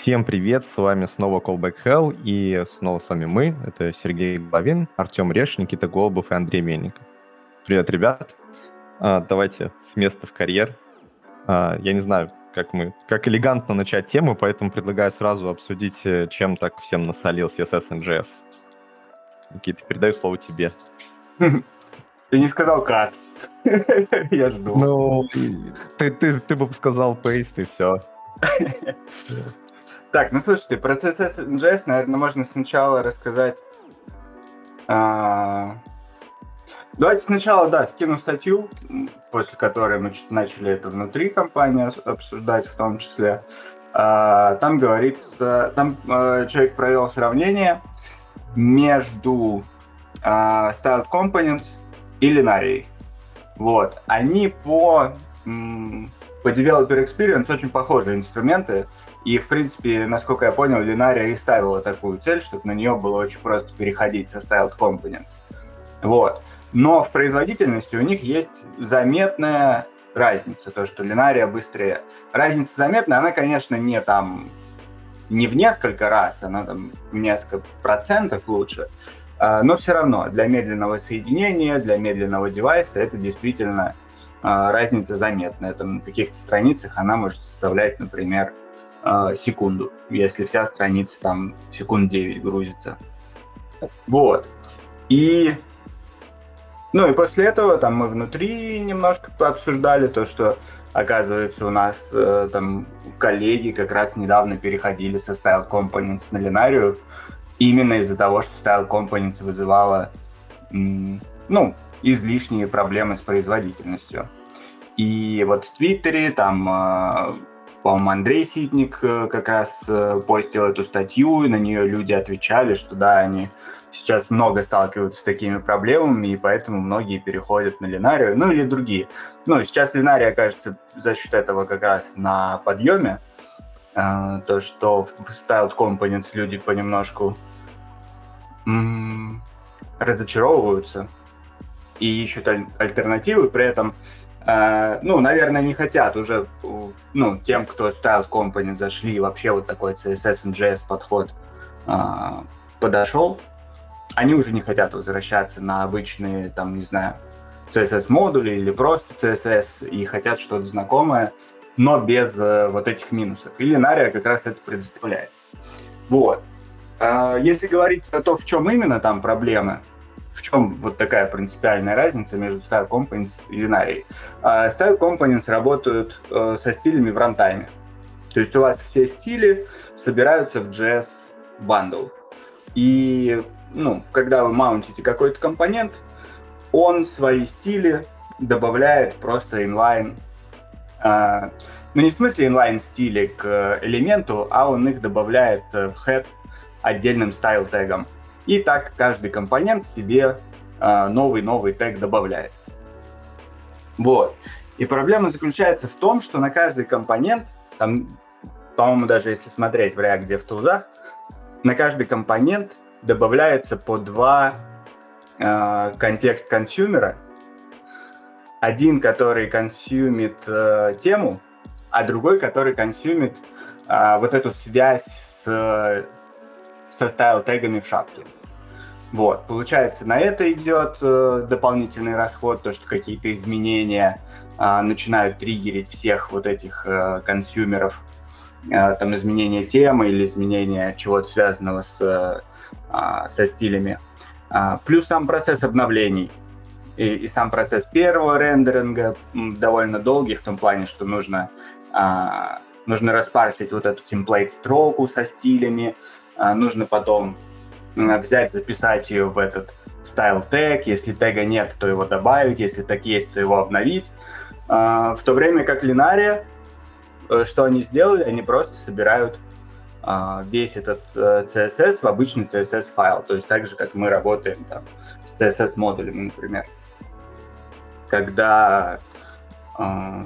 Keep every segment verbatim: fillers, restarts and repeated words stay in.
Всем привет, с вами снова Callback Hell, и снова с вами мы, это Сергей Головин, Артем Реш, Никита Голубов и Андрей Мельников. Привет, ребят. А, давайте с места в карьер. А, я не знаю, как мы, как элегантно начать тему, поэтому предлагаю сразу обсудить, чем так всем насолил си эс эс и джей эс. Никита, передаю слово тебе. Ты не сказал кат. Я жду. Ну, ты, ты, ты бы сказал paste, и все. Так, ну слушайте, про си эс эс и джей эс, наверное, можно сначала рассказать. А... Давайте сначала, да, скину статью, после которой мы что-то начали это внутри компании обсуждать в том числе. А, там говорится, там а, человек провел сравнение между а, Styled Components и Linariai. Вот. Они по, м, по Developer Experience очень похожие инструменты. И, в принципе, насколько я понял, Linariai и ставила такую цель, чтобы на нее было очень просто переходить со Styled Components. Вот. Но в производительности у них есть заметная разница, то, что Linariai быстрее. Разница заметная, она, конечно, не там не в несколько раз, она там в несколько процентов лучше, но все равно для медленного соединения, для медленного девайса это действительно разница заметная. Там на каких-то страницах она может составлять, например, секунду, если вся страница там секунд девять грузится. Вот. И Ну и после этого там мы внутри немножко пообсуждали то, что, оказывается, у нас э, там коллеги как раз недавно переходили со Styled Components на Linariai именно из-за того, что Styled Components вызывала м, ну, излишние проблемы с производительностью. И вот в Твиттере там, э, по-моему, Андрей Ситник э, как раз э, постил эту статью, и на нее люди отвечали, что да, они сейчас много сталкиваются с такими проблемами, и поэтому многие переходят на Linariai, ну или другие. Ну, сейчас Linariai, кажется, за счет этого как раз на подъеме. А, то, что в Styled Components люди понемножку м- разочаровываются и ищут аль- альтернативы, при этом, а, ну, наверное, не хотят уже, ну, тем, кто Styled Components зашли, вообще вот такой си эс эс и джей эс подход а, подошел. Они уже не хотят возвращаться на обычные, там, не знаю, си эс эс-модули или просто си эс эс, и хотят что-то знакомое, но без э, вот этих минусов. И Linariai как раз это предоставляет. Вот. А если говорить о том, в чем именно там проблемы, в чем вот такая принципиальная разница между Styled Components и Linariai. А Styled Components работают э, со стилями в рантайме. То есть у вас все стили собираются в джей эс bundle. И ну, когда вы маунтите какой-то компонент, он свои стили добавляет просто inline. А, ну, не в смысле inline стили к элементу, а он их добавляет в head отдельным style тегом. И так каждый компонент себе а, новый-новый тег добавляет. Вот. И проблема заключается в том, что на каждый компонент, там, по-моему, даже если смотреть в React DevTools, на каждый компонент добавляется по два э, контекст-консюмера. Один, который консюмит э, тему, а другой, который консюмит э, вот эту связь с, со стайл-тегами в шапке. Вот. Получается, на это идет э, дополнительный расход, то, что какие-то изменения э, начинают триггерить всех вот этих э, консюмеров, э, там изменения темы или изменения чего-то связанного с со стилями. Плюс сам процесс обновлений и, и сам процесс первого рендеринга довольно долгий в том плане, что нужно, а, нужно распарсить вот эту темплейт-строку со стилями, а, нужно потом взять, записать ее в этот style тег, если тега нет, то его добавить, если тег есть, то его обновить. А, в то время как Linariai, что они сделали, они просто собирают весь этот э, си эс эс в обычный си эс эс-файл, то есть так же, как мы работаем там, с си эс эс-модулями, например. Когда э,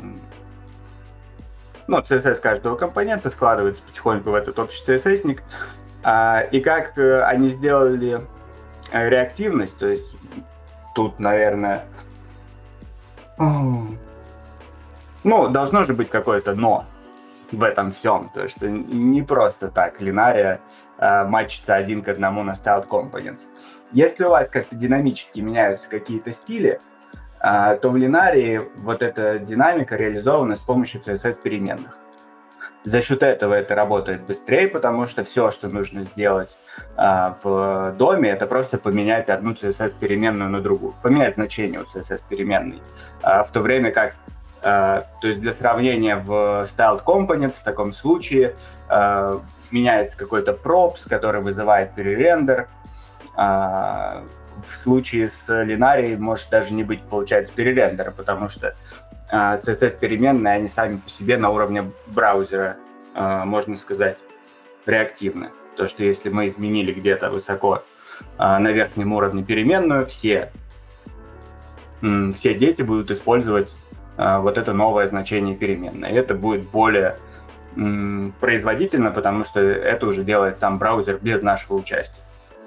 ну, си эс эс каждого компонента складывается потихоньку в этот общий си эс эс-ник, э, и как э, они сделали реактивность, то есть тут, наверное, ну, должно же быть какое-то «но». в этом всем. То, что не просто так линария э, матчится один к одному на Styled Components. Если у вас как-то динамически меняются какие-то стили, э, то в линарии вот эта динамика реализована с помощью си эс эс-переменных. За счет этого это работает быстрее, потому что все, что нужно сделать э, в доме, это просто поменять одну си эс эс-переменную на другую, поменять значение у си эс эс-переменной. Э, в то время как Uh, то есть для сравнения в Styled Components в таком случае uh, меняется какой-то props, который вызывает перерендер. Uh, в случае с линарией может даже не быть, получается, перерендера, потому что uh, си эс эс-переменные, они сами по себе на уровне браузера, uh, можно сказать, реактивны. То, что если мы изменили где-то высоко uh, на верхнем уровне переменную, все, um, все дети будут использовать вот это новое значение переменной. И это будет более м, производительно, потому что это уже делает сам браузер без нашего участия.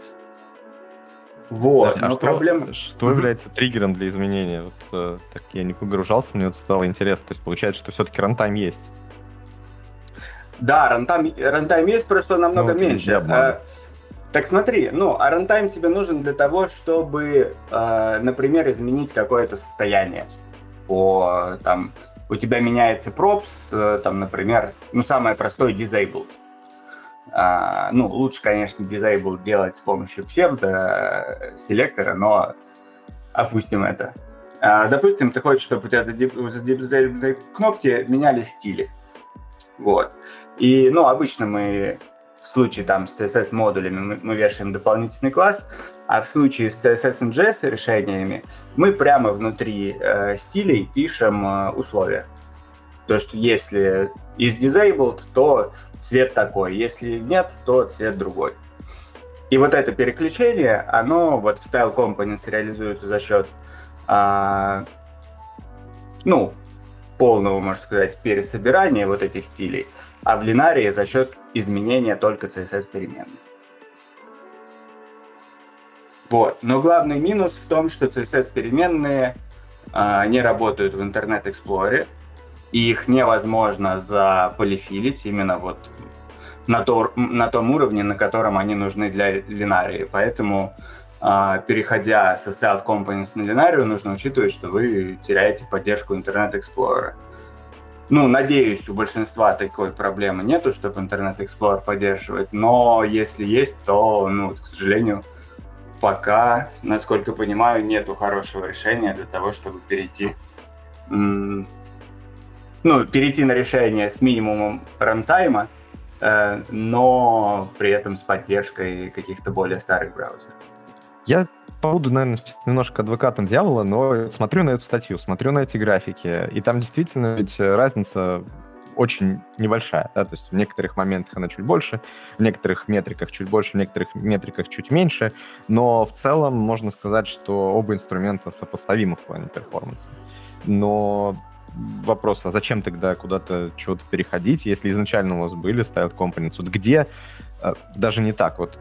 Вот, а но что, проблема... Что является триггером для изменения? Вот э, так я не погружался, мне вот стало интересно. То есть получается, что все-таки рантайм есть. Да, рантайм, рантайм есть, просто намного ну, меньше. А, так смотри, ну, а рантайм тебе нужен для того, чтобы, а, например, изменить какое-то состояние. По, там, у тебя меняется props, там, например, ну, самое простое disabled. А, ну, лучше, конечно, disabled делать с помощью псевдо-селектора, но опустим это. А, допустим, ты хочешь, чтобы у тебя за disabled кнопки менялись стили. Вот. И, ну, обычно мы в случае там с си эс эс-модулями мы, мы вешаем дополнительный класс, а в случае с си эс эс and джей эс решениями мы прямо внутри э, стилей пишем э, условия. То, что если is disabled, то цвет такой, если нет, то цвет другой. И вот это переключение, оно вот в Styled Components реализуется за счет э, ну, полного, можно сказать, пересобирания вот этих стилей, а в линарии за счет изменения только си эс эс-переменной. Вот. Но главный минус в том, что си эс эс-переменные э, не работают в Internet Explorer, и их невозможно заполифилить именно вот на, то, на том уровне, на котором они нужны для линарии. Поэтому, э, переходя со Styled Components на линарию, нужно учитывать, что вы теряете поддержку Internet Explorer. Ну, надеюсь, у большинства такой проблемы нету, чтобы Internet Explorer поддерживает, но если есть, то, ну, к сожалению, пока, насколько понимаю, нету хорошего решения для того, чтобы перейти, м- ну, перейти на решение с минимумом рантайма, э- но при этом с поддержкой каких-то более старых браузеров. Я буду, наверное, немножко адвокатом дьявола, но смотрю на эту статью, смотрю на эти графики, и там действительно ведь разница очень небольшая, да, то есть в некоторых моментах она чуть больше, в некоторых метриках чуть больше, в некоторых метриках чуть меньше, но в целом можно сказать, что оба инструмента сопоставимы в плане перформанса. Но вопрос, а зачем тогда куда-то чего-то переходить, если изначально у вас были Styled Components? Вот где, даже не так, вот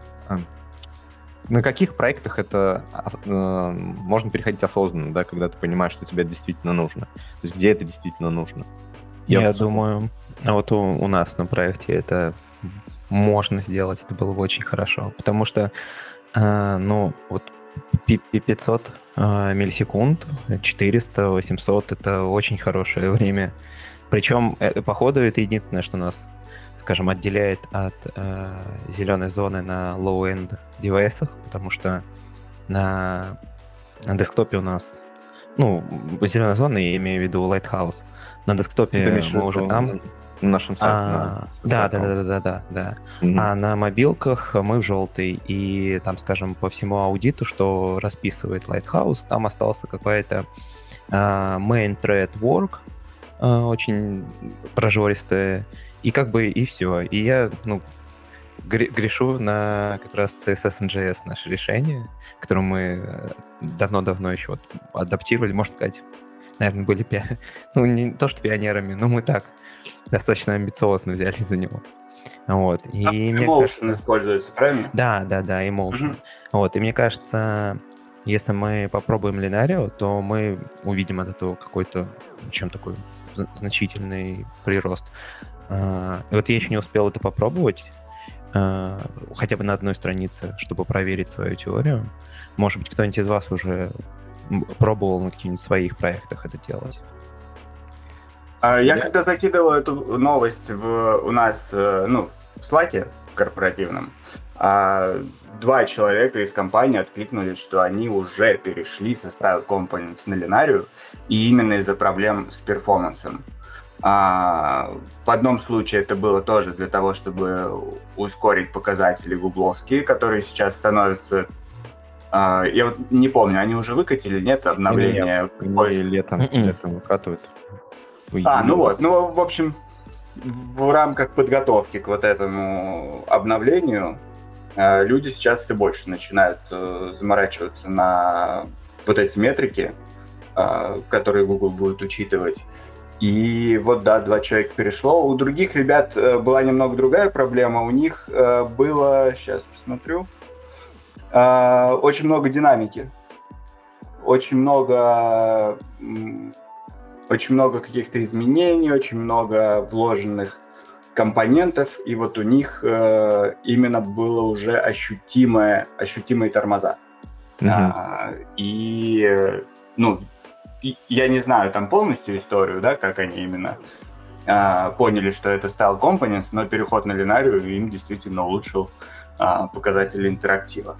на каких проектах это э, можно переходить осознанно, да, когда ты понимаешь, что тебе это действительно нужно? То есть где это действительно нужно? Я, Я думаю, вот у, у нас на проекте это можно сделать, это было бы очень хорошо, потому что, э, ну, вот пятьсот э, миллисекунд, четыреста, восемьсот — это очень хорошее время. Причем, э, походу, это единственное, что нас, скажем, отделяет от э, зеленой зоны на low-end девайсах, потому что на, на десктопе у нас, ну, зеленая зона, я имею в виду Lighthouse, на десктопе мы уже там. В нашем сайте. А, да, да, да, да, да, да, да. Mm-hmm. А на мобилках мы в желтый, и там, скажем, по всему аудиту, что расписывает Lighthouse, там остался какая-то uh, main thread work, uh, очень прожористая, и как бы и все. И я, ну, грешу на как раз си эс эс and джей эс наше решение, которое мы давно-давно еще вот адаптировали, можно сказать, наверное, были, пи... ну, не то что пионерами, но мы так достаточно амбициозно взялись за него. Вот. И а, мне Emotion кажется... используется, правильно? Да, да, да, Emotion. Mm-hmm. Вот. И мне кажется, если мы попробуем Линарио, то мы увидим от этого какой-то, чем такой значительный прирост. И вот я еще не успел это попробовать, хотя бы на одной странице, чтобы проверить свою теорию. Может быть, кто-нибудь из вас уже пробовал на каких-нибудь своих проектах это делать? Я, Я когда закидывал эту новость в, у нас ну, в Slack'е корпоративном, два человека из компании откликнулись, что они уже перешли со Style Components на Linarium, и именно из-за проблем с перформансом. А, в одном случае это было тоже для того, чтобы ускорить показатели гугловские, которые сейчас становятся... А, я вот не помню, они уже выкатили, нет, обновления? Нет, не летом, летом выкатывают. А, ну вот, ну, в общем, в рамках подготовки к вот этому обновлению люди сейчас все больше начинают заморачиваться на вот эти метрики, которые Google будет учитывать. И вот, да, два человека перешло. У других ребят была немного другая проблема. У них было, сейчас посмотрю, очень много динамики. Очень много, очень много каких-то изменений, очень много вложенных компонентов. И вот у них именно было уже ощутимое, ощутимые тормоза. Mm-hmm. И, ну, я не знаю там полностью историю, да, как они именно а, поняли, что это Style Components, но переход на Linarium им действительно улучшил а, показатели интерактива.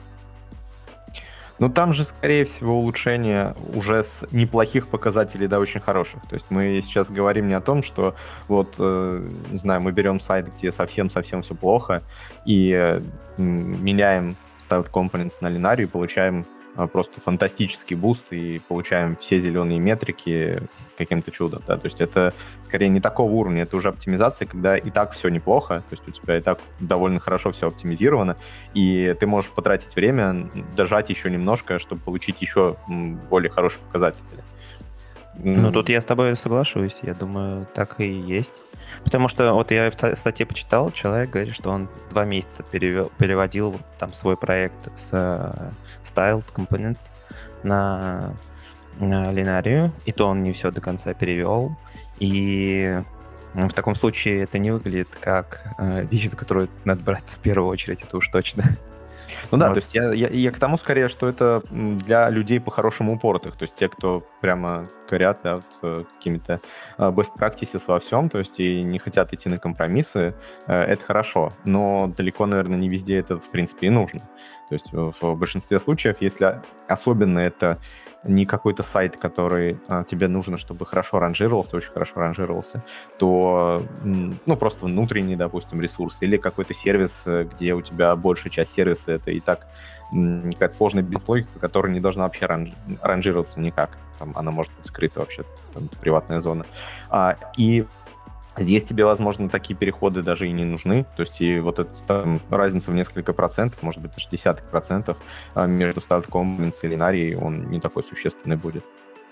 Ну, там же, скорее всего, улучшение уже с неплохих показателей до очень хороших. То есть мы сейчас говорим не о том, что вот, э, не знаю, мы берем сайт, где совсем-совсем все плохо, и э, меняем Style Components на Linarium и получаем просто фантастический буст и получаем все зеленые метрики каким-то чудом. Да? То есть это скорее не такого уровня, это уже оптимизация, когда и так все неплохо, то есть у тебя и так довольно хорошо все оптимизировано, и ты можешь потратить время, дожать еще немножко, чтобы получить еще более хорошие показатели. Ну, тут я с тобой соглашусь, я думаю, так и есть. Потому что вот я в статье почитал, человек говорит, что он два месяца перевел, переводил там свой проект с uh, Styled Components на, на Linarium, и то он не все до конца перевел. И в таком случае это не выглядит как uh, вещь, за которую надо браться в первую очередь, это уж точно. Ну да, вот. То есть я, я, я к тому скорее, что это для людей по-хорошему упоротых, то есть те, кто прямо горят, да, вот, какими-то best practices во всем, то есть и не хотят идти на компромиссы, это хорошо, но далеко, наверное, не везде это, в принципе, и нужно. То есть в большинстве случаев, если особенно это не какой-то сайт, который а, тебе нужно, чтобы хорошо ранжировался, очень хорошо ранжировался, то, ну, просто внутренний, допустим, ресурс или какой-то сервис, где у тебя большая часть сервиса, это и так какая-то сложная бизнес-логика, которая не должна вообще ранж- ранжироваться никак. Там она может быть скрыта вообще, там, это приватная зона. А, и здесь тебе, возможно, такие переходы даже и не нужны. То есть и вот эта там, разница в несколько процентов, может быть, даже десяток процентов между Style Components и Linarium, он не такой существенный будет.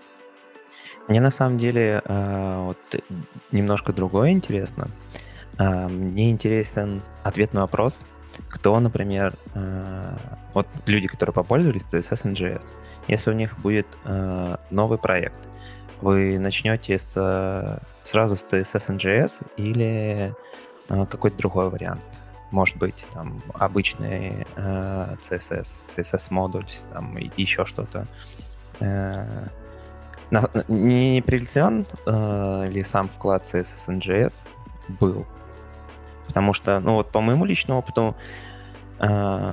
Мне на самом деле вот, немножко другое интересно. Мне интересен ответ на вопрос, кто, например, вот люди, которые попользовались си эс эс and джей эс, если у них будет новый проект, вы начнете с, сразу с си эс эс and джей эс или э, какой-то другой вариант? Может быть, там, обычный э, си эс эс, си эс эс Modules, там, и еще что-то. Э, на, не, не прилетен э, ли сам вклад си эс эс and джей эс был? Потому что, ну вот, по моему личному опыту, э,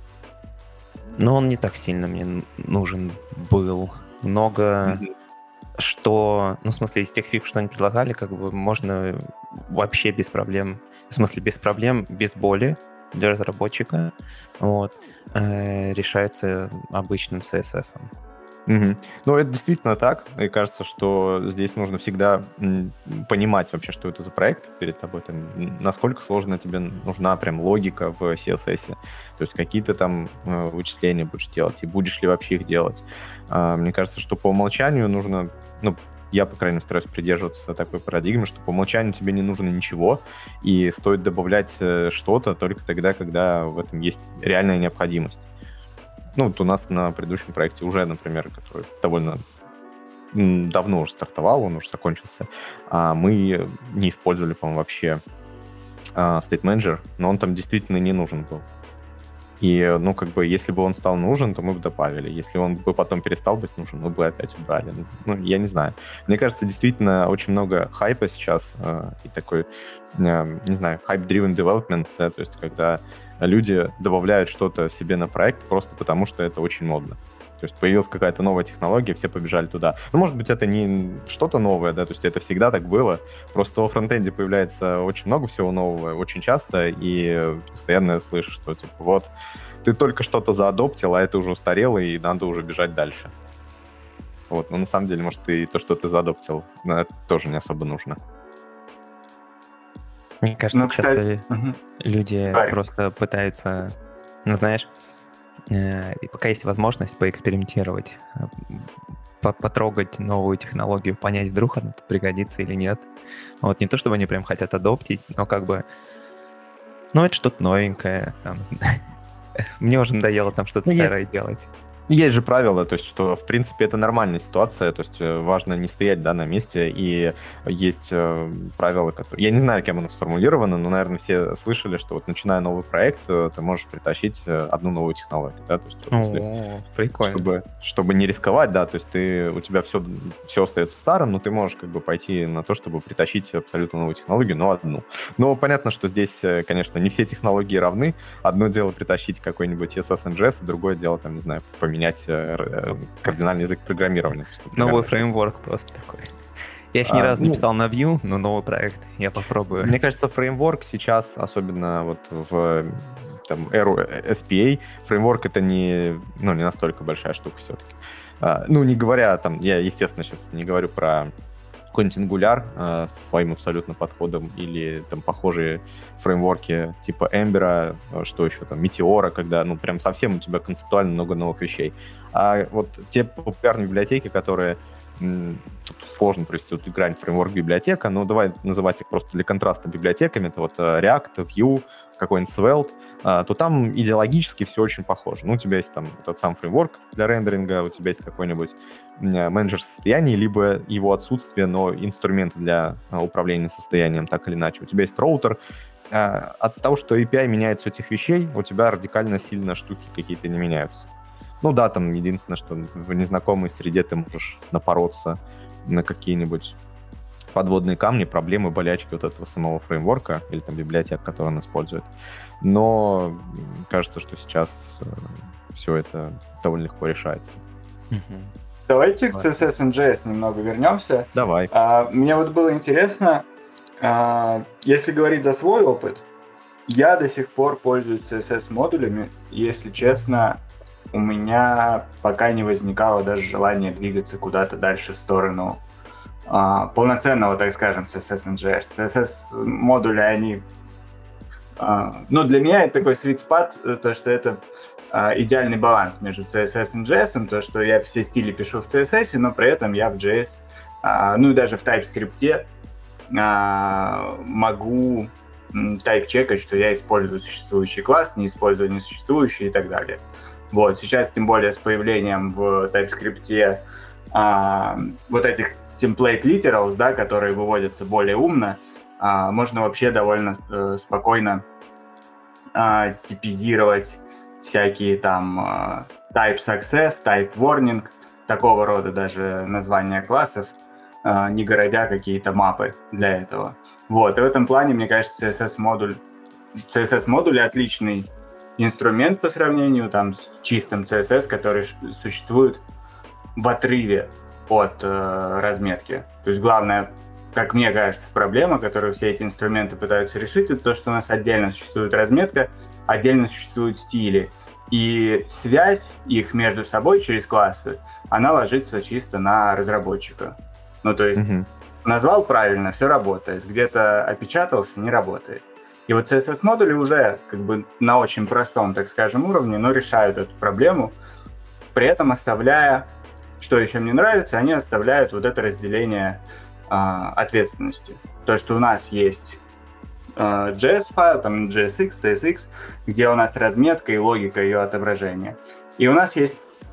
ну, он не так сильно мне нужен был. Много... Mm-hmm. Что, ну, в смысле, из тех фиг, что они предлагали, как бы можно вообще без проблем, в смысле, без проблем, без боли для разработчика, вот, э, решается обычным си эс эс. Угу. Ну, это действительно так. И кажется, что здесь нужно всегда м, понимать вообще, что это за проект перед тобой, там, насколько сложно тебе нужна прям логика в си эс эс. То есть какие-то там э, вычисления будешь делать, и будешь ли вообще их делать. А, мне кажется, что по умолчанию нужно, ну, я, по крайней мере, стараюсь придерживаться такой парадигмы, что по умолчанию тебе не нужно ничего, и стоит добавлять что-то только тогда, когда в этом есть реальная необходимость. Ну, вот у нас на предыдущем проекте уже, например, который довольно давно уже стартовал, он уже закончился. А мы не использовали, по-моему, вообще State Manager, но он там действительно не нужен был. И, ну, как бы, если бы он стал нужен, то мы бы добавили. Если он бы потом перестал быть нужен, мы бы опять убрали. Ну, я не знаю. Мне кажется, действительно очень много хайпа сейчас э, и такой, э, не знаю, hype-driven development, да, то есть когда люди добавляют что-то себе на проект просто потому, что это очень модно. То есть появилась какая-то новая технология, все побежали туда. Ну, может быть, это не что-то новое, да, то есть это всегда так было. Просто во фронтенде появляется очень много всего нового, очень часто, и постоянно слышишь, что, типа, вот, ты только что-то заадоптил, а это уже устарело, и надо уже бежать дальше. Вот, но на самом деле, может, и то, что ты заадоптил, это тоже не особо нужно. Мне кажется, ну, кстати, часто угу. люди Парень. просто пытаются, ну, знаешь, и пока есть возможность поэкспериментировать, потрогать новую технологию, понять, вдруг она тут пригодится или нет. Вот не то, чтобы они прям хотят адоптить, но как бы, ну, это что-то новенькое. Там, мне уже надоело там что-то ну, старое есть. делать. Есть же правило, то есть, что, в принципе, это нормальная ситуация, то есть важно не стоять, да, на месте, и есть э, правила, которые... Я не знаю, кем оно сформулировано, но, наверное, все слышали, что вот начиная новый проект, ты можешь притащить одну новую технологию, да, то есть... Вот, если, О, прикольно. Чтобы, чтобы не рисковать, да, то есть ты, у тебя все, все остается старым, но ты можешь как бы пойти на то, чтобы притащить абсолютно новую технологию, но одну. Но понятно, что здесь, конечно, не все технологии равны. Одно дело притащить какой-нибудь эс эс эн джи эс, а другое дело, там, не знаю, поменять менять кардинальный язык программирования. Новый фреймворк просто такой. Я их ни а, разу ну, не писал на Vue, но новый проект. Я попробую. Мне кажется, фреймворк сейчас, особенно вот в там, эру эс пи эй, фреймворк это не, ну, не настолько большая штука все-таки. А, ну, не говоря там, я, естественно, сейчас не говорю про какой-нибудь Angular э, со своим абсолютно подходом или там похожие фреймворки типа Ember, что еще там, Meteor, когда ну прям совсем у тебя концептуально много новых вещей. А вот те популярные библиотеки, которые м, тут сложно провести вот грань фреймворк-библиотека, но давай называть их просто для контраста библиотеками, это вот React, Vue, какой-нибудь Svelte, то там идеологически все очень похоже. Ну, у тебя есть там тот сам фреймворк для рендеринга, у тебя есть какой-нибудь менеджер состояний, либо его отсутствие, но инструменты для управления состоянием, так или иначе. У тебя есть роутер. От того, что эй пи ай меняется у этих вещей, у тебя радикально сильно штуки какие-то не меняются. Ну да, там единственное, что в незнакомой среде ты можешь напороться на какие-нибудь подводные камни, проблемы, болячки вот этого самого фреймворка или там библиотек, которые он использует. Но кажется, что сейчас э, все это довольно легко решается. Mm-hmm. Давайте Давай. к си эс эс and джей эс немного вернемся. Давай. А, мне вот было интересно, а, если говорить за свой опыт, я до сих пор пользуюсь си эс эс-модулями. Если честно, у меня пока не возникало даже желания двигаться куда-то дальше в сторону Uh, полноценного, так скажем, си эс эс and джей эс. си эс эс-модули, они... Uh, ну, для меня это такой sweet spot, то, что это uh, идеальный баланс между си эс эс и джей эс, то, что я все стили пишу в си эс эс, но при этом я в джей эс, uh, ну и даже в TypeScript uh, могу тайп-чекать, что я использую существующий класс, не использую несуществующий и так далее. Вот, сейчас, тем более, с появлением в TypeScript uh, вот этих template literals, да, которые выводятся более умно, а, можно вообще довольно э, спокойно а, типизировать всякие там а, type success, type warning, такого рода даже названия классов, а, не городя какие-то мапы для этого. Вот, и в этом плане, мне кажется, си эс эс-модуль, си эс эс-модуль отличный инструмент по сравнению там с чистым си эс эс, который существует в отрыве от э, разметки. То есть главная, как мне кажется, проблема, которую все эти инструменты пытаются решить, это то, что у нас отдельно существует разметка, отдельно существуют стили. И связь их между собой через классы, она ложится чисто на разработчика. Ну, то есть mm-hmm. назвал правильно, все работает. Где-то опечатался, не работает. И вот си эс эс-модули уже как бы на очень простом, так скажем, уровне, но решают эту проблему, при этом оставляя... Что еще мне нравится, они оставляют вот это разделение э, ответственности. То, что у нас есть э, джей эс-файл, там джей эс икс, ти эс икс, где у нас разметка и логика ее отображения. И у нас есть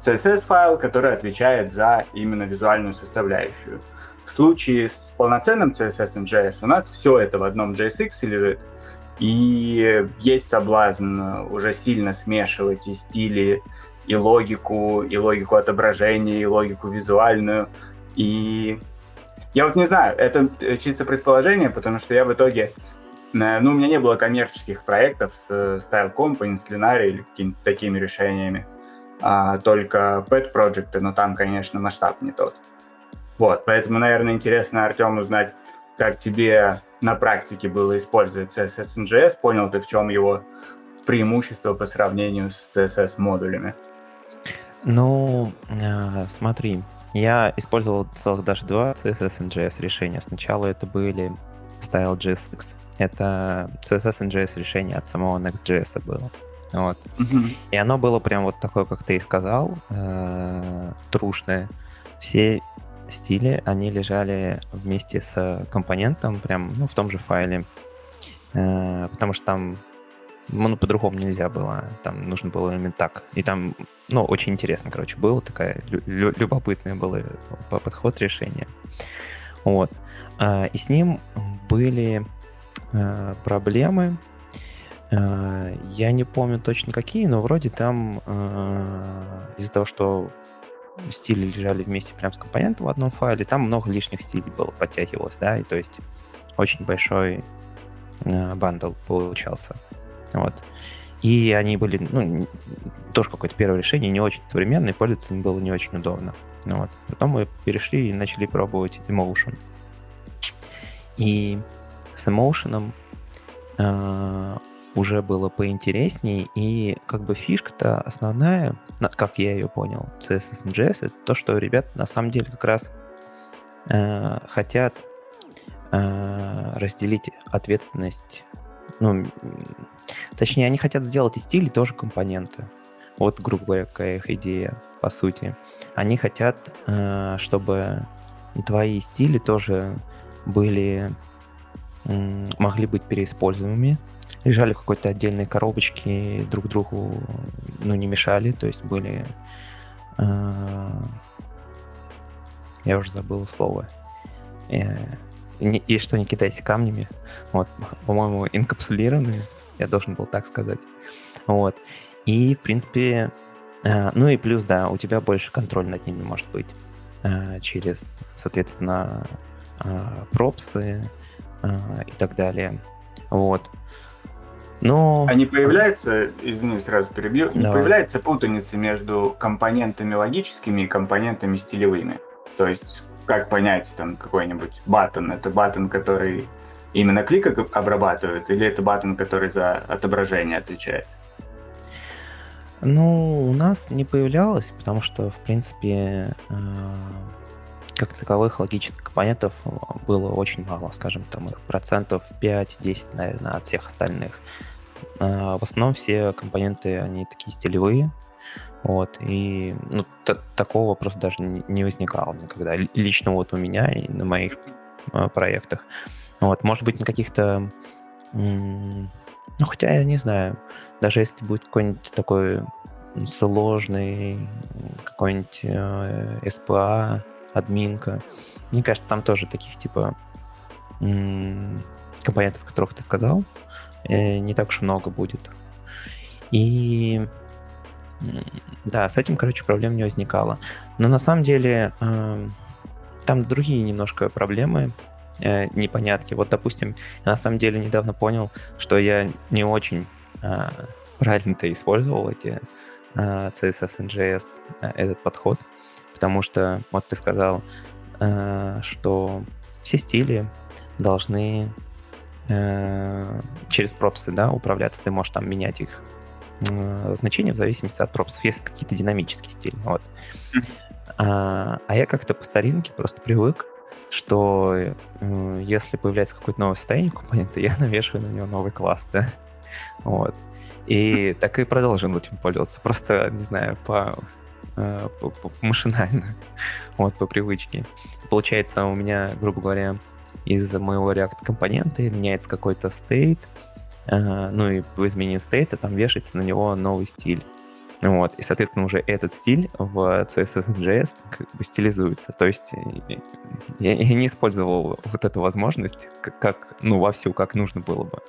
си эс эс-файл, который отвечает за именно визуальную составляющую. В случае с полноценным си эс эс and джей эс у нас все это в одном джей эс икс лежит, и есть соблазн уже сильно смешивать и стили, и логику, и логику отображения, и логику визуальную. И я вот не знаю, это чисто предположение, потому что я в итоге... Ну, у меня не было коммерческих проектов с Style Company, с Linari или какими-то такими решениями. А, только pet проекты, но там, конечно, масштаб не тот. Вот, поэтому, наверное, интересно, Артем, узнать, как тебе на практике было использовать си эс эс and джей эс. Понял ты, в чем его преимущество по сравнению с си эс эс-модулями? Ну, э, смотри, я использовал целых даже два си эс эс and джей эс решения. Сначала это были Style.jsx. Это си эс эс and джей эс решение от самого Next.js было. Вот. Mm-hmm. И оно было прям вот такое, как ты и сказал, э, трушное. Все стили, они лежали вместе с компонентом, прям ну, в том же файле. Э, потому что там ну, по-другому нельзя было. Там нужно было именно так. И там, ну, очень интересно, короче, было. Такая лю- любопытная была подход решения. Вот. Э, и с ним были э, проблемы. Э, я не помню точно какие, но вроде там э, из-за того, что стили лежали вместе прямо с компонентом в одном файле, там много лишних стилей было, подтягивалось, да, и то есть очень большой э, бандл получался. Вот. И они были, ну, тоже какое-то первое решение, не очень современное, пользоваться им было не очень удобно. Вот. Потом мы перешли и начали пробовать Emotion. И с Emotion э, уже было поинтересней, и как бы фишка-то основная, как я ее понял, си эс эс and джей эс, это то, что ребята на самом деле как раз э, хотят э, разделить ответственность, ну, точнее, они хотят сделать из стилей тоже компоненты. Вот, грубо говоря, какая их идея, по сути. Они хотят, э, чтобы твои стили тоже были, э, могли быть переиспользуемыми, лежали в какой-то отдельной коробочке, друг другу ну, не мешали, то есть были... Э, я уже забыл слово. Э, не, и что не кидайся камнями. Вот, по-моему, инкапсулированные, я должен был так сказать. Вот. И, в принципе... Э, ну и плюс, да, у тебя больше контроль над ними может быть. Э, через, соответственно, э, пропсы э, и так далее. Вот. Но... А не появляется, извини, сразу перебью, не Давай. появляется путаница между компонентами логическими и компонентами стилевыми? То есть, как понять, там, какой-нибудь баттон, это баттон, который именно клик обрабатывает, или это баттон, который за отображение отвечает? Ну, у нас не появлялось, потому что, в принципе, э, как таковых логических компонентов было очень мало, скажем, там их процентов пять-десять, наверное, от всех остальных. Э, в основном все компоненты, они такие стилевые, вот, и ну, т- такого просто даже не, не возникало никогда. Л- Лично вот у меня и на моих э, проектах. Вот, может быть, на каких-то... м, Ну, хотя я не знаю, даже если будет какой-нибудь такой сложный какой-нибудь э, эс пи эй, админка, мне кажется, там тоже таких типа м, компонентов, которых ты сказал, э, не так уж много будет. И м, да, с этим, короче, проблем не возникало. Но на самом деле э, там другие немножко проблемы, э, непонятки. Вот, допустим, я на самом деле недавно понял, что я не очень э, правильно-то использовал эти э, си эс эс and джей эс, э, этот подход, потому что, вот ты сказал, э, что все стили должны э, через пропсы, да, управляться. Ты можешь там менять их э, значения в зависимости от пропсов, если какие-то динамические стили. Вот. А, а я как-то по старинке просто привык, что э, если появляется какое-то новое состояние компонента, я навешиваю на него новый класс, да, вот. И так и продолжим этим пользоваться, просто, не знаю, по, э, по, по машинально, вот, по привычке. Получается, у меня, грубо говоря, из моего React-компонента меняется какой-то стейт, э, ну и по изменению стейта там вешается на него новый стиль. Вот. И, соответственно, уже этот стиль в си эс эс и джей эс как бы стилизуется. То есть я, я не использовал вот эту возможность как, как, ну, вовсю, как нужно было бы.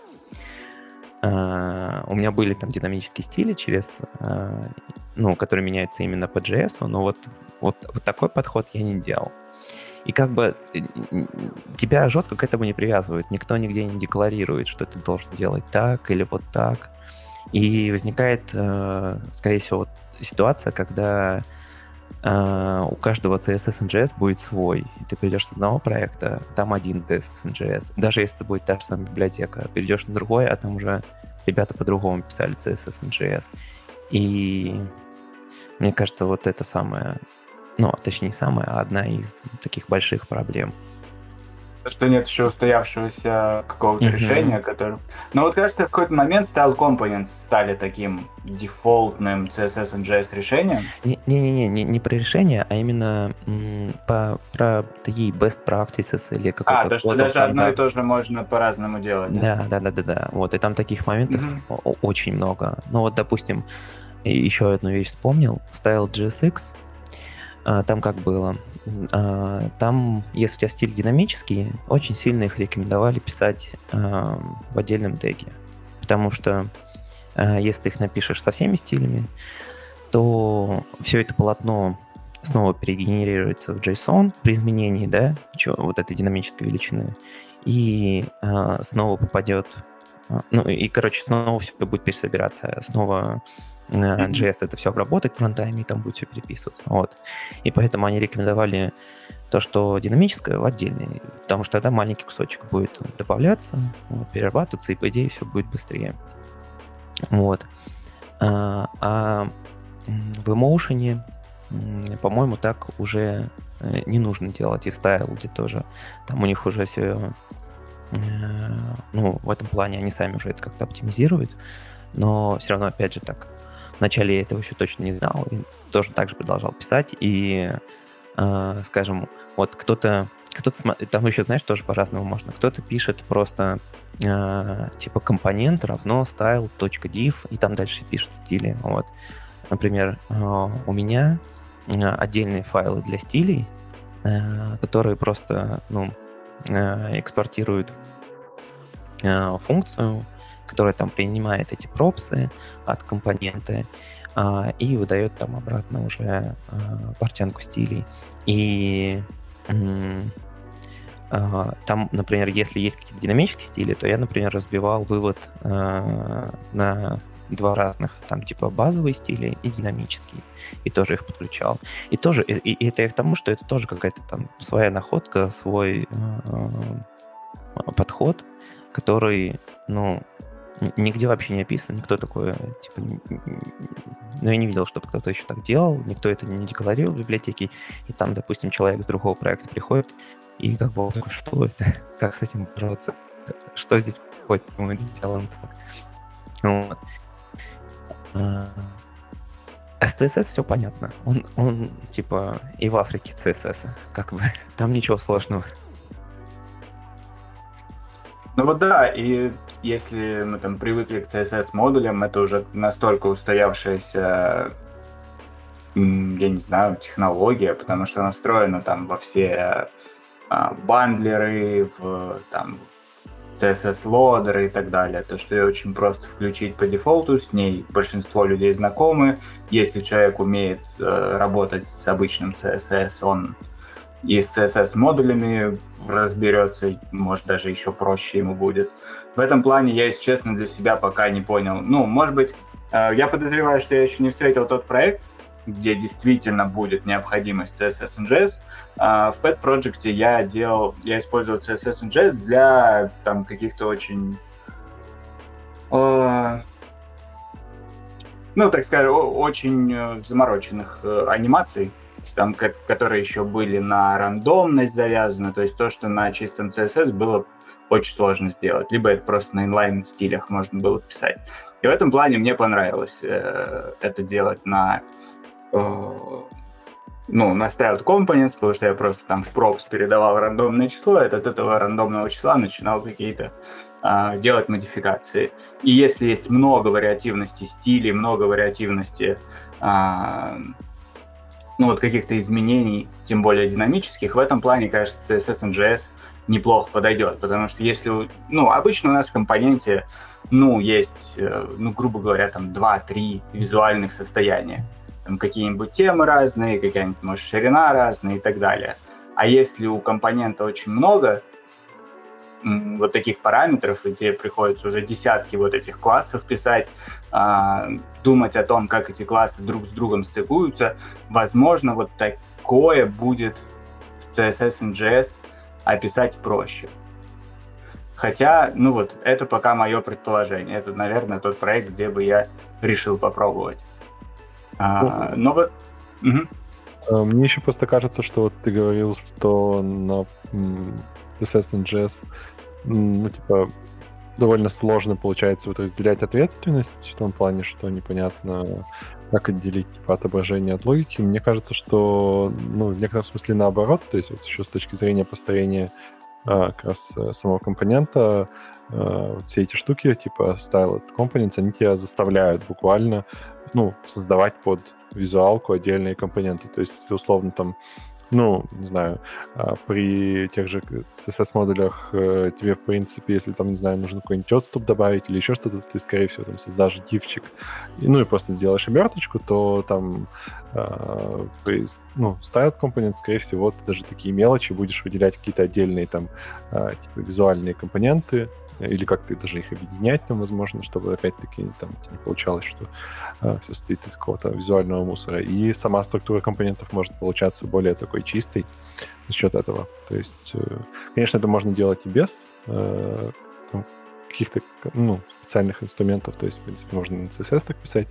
Uh, у меня были там динамические стили, через, uh, ну, которые меняются именно по джей эс, но вот, вот, вот такой подход я не делал. И как бы тебя жестко к этому не привязывают. Никто нигде не декларирует, что ты должен делать так или вот так. И возникает, uh, скорее всего, ситуация, когда uh, у каждого си эс эс и джей эс будет свой. И ты придешь с одного проекта, там один си эс эс и джей эс. Даже если это будет та же самая библиотека. Перейдешь на другой, а там уже ребята по-другому писали си эс эс и джей эс. И мне кажется, вот это самое, ну, точнее не самое, а одна из таких больших проблем. Что нет еще устоявшегося какого-то uh-huh. решения, которое... Но вот, кажется, в какой-то момент Style Components стали таким дефолтным си эс эс и джей эс решением. Не-не-не, не, не про решение, а именно м, по, про такие best practices или какой-то... А, то, что даже одно и то же можно по-разному делать. Да, да-да-да-да. Вот, и там таких моментов uh-huh. очень много. Ну вот, допустим, еще одну вещь вспомнил. Style джей эс икс, там как было... Там, если у тебя стиль динамический, очень сильно их рекомендовали писать э, в отдельном теге. Потому что э, если ты их напишешь со всеми стилями, то все это полотно снова перегенерируется в JSON при изменении, да, чё, вот этой динамической величины, и э, снова попадет... Э, ну, и, короче, снова все будет пересобираться, снова... джей эс это все обработать в фронтайме, и там будет все переписываться. Вот. И поэтому они рекомендовали то, что динамическое в отдельный, потому что тогда маленький кусочек будет добавляться, вот, перерабатываться, и по идее все будет быстрее. Вот. А, а в Emotion, по-моему, так уже не нужно делать, и в Style тоже. Там у них уже все, ну, в этом плане они сами уже это как-то оптимизируют, но все равно, опять же, так. Вначале я этого еще точно не знал, и тоже так же продолжал писать, и, э, скажем, вот кто-то, кто-то, там еще, знаешь, тоже по-разному можно, кто-то пишет просто, э, типа, компонент равно style.div, и там дальше пишет стили, вот. Например, э, у меня отдельные файлы для стилей, э, которые просто, ну, э, экспортируют э, функцию, которая там принимает эти пропсы от компоненты а, и выдает там обратно уже а, портянку стилей. И м- а, там, например, если есть какие-то динамические стили, то я, например, разбивал вывод а, на два разных, там типа базовые стили и динамические, и тоже их подключал. И тоже, и, и это и к тому, что это тоже какая-то там своя находка, свой а, подход, который, ну, нигде вообще не описано, никто такое, типа, ну, я не видел, чтобы кто-то еще так делал, никто это не декларировал в библиотеке, и там, допустим, человек с другого проекта приходит, и как бы, что это, как с этим бороться, что здесь происходит, мы это сделаем так. Вот. А с си эс эс все понятно, он, он, типа, и в Африке си эс эс, как бы, там ничего сложного. Ну вот да, и если мы там привыкли к си эс эс-модулям, это уже настолько устоявшаяся, я не знаю, технология, потому что настроена там во все а, бандлеры, в, там, в си эс эс-лодеры и так далее. То, что ее очень просто включить по дефолту, с ней большинство людей знакомы. Если человек умеет э, работать с обычным си эс эс, он и с си эс эс-модулями разберется, может, даже еще проще ему будет. В этом плане я, если честно, для себя пока не понял. Ну, может быть, я подозреваю, что я еще не встретил тот проект, где действительно будет необходимость си эс эс и джей эс. В Pet Project я делал, я использовал си эс эс и джей эс для там каких-то очень, ну, так скажем, очень замороченных анимаций, там, которые еще были на рандомность завязаны, то есть то, что на чистом си эс эс было очень сложно сделать, либо это просто на инлайн-стилях можно было писать. И в этом плане мне понравилось э, это делать на, э, ну, настраивать компонент, потому что я просто там в пропс передавал рандомное число, и от этого рандомного числа начинал какие-то а, делать модификации. И если есть много вариативности стилей, много вариативности а, ну, вот каких-то изменений, тем более динамических, в этом плане, кажется, си эс эс and джей эс неплохо подойдет, потому что если, ну, обычно у нас в компоненте, ну, есть, ну, грубо говоря, там два-три визуальных состояния. Там какие-нибудь темы разные, какая-нибудь, может, ширина разная и так далее. А если у компонента очень много м, вот таких параметров, и тебе приходится уже десятки вот этих классов писать, а, думать о том, как эти классы друг с другом стыкуются, возможно, вот такое будет в си эс эс and джей эс описать проще. Хотя, ну вот, это пока мое предположение. Это, наверное, тот проект, где бы я решил попробовать. А, ну вот... Угу. Мне еще просто кажется, что вот ты говорил, что на си эс эс and джей эс, ну, типа, довольно сложно получается вот разделять ответственность в том плане, что непонятно, как отделить типа отображение от логики. Мне кажется, что, ну, в некотором смысле наоборот, то есть вот еще с точки зрения построения а, как раз самого компонента, а, вот все эти штуки, типа styled components, они тебя заставляют буквально, ну, создавать под визуалку отдельные компоненты. То есть, если условно там, ну, не знаю, при тех же си эс эс-модулях тебе, в принципе, если там, не знаю, нужно какой-нибудь отступ добавить или еще что-то, ты, скорее всего, там создашь дивчик, ну, и просто сделаешь оберточку, то там, при, ну, styled components, скорее всего, ты даже такие мелочи будешь выделять какие-то отдельные там, типа, визуальные компоненты, или как-то даже их объединять там, возможно, чтобы опять-таки там не получалось, что э, все состоит из какого-то визуального мусора. И сама структура компонентов может получаться более такой чистой за счет этого. То есть, э, конечно, это можно делать и без э, там, каких-то, ну, специальных инструментов, то есть, в принципе, можно на си эс эс так писать,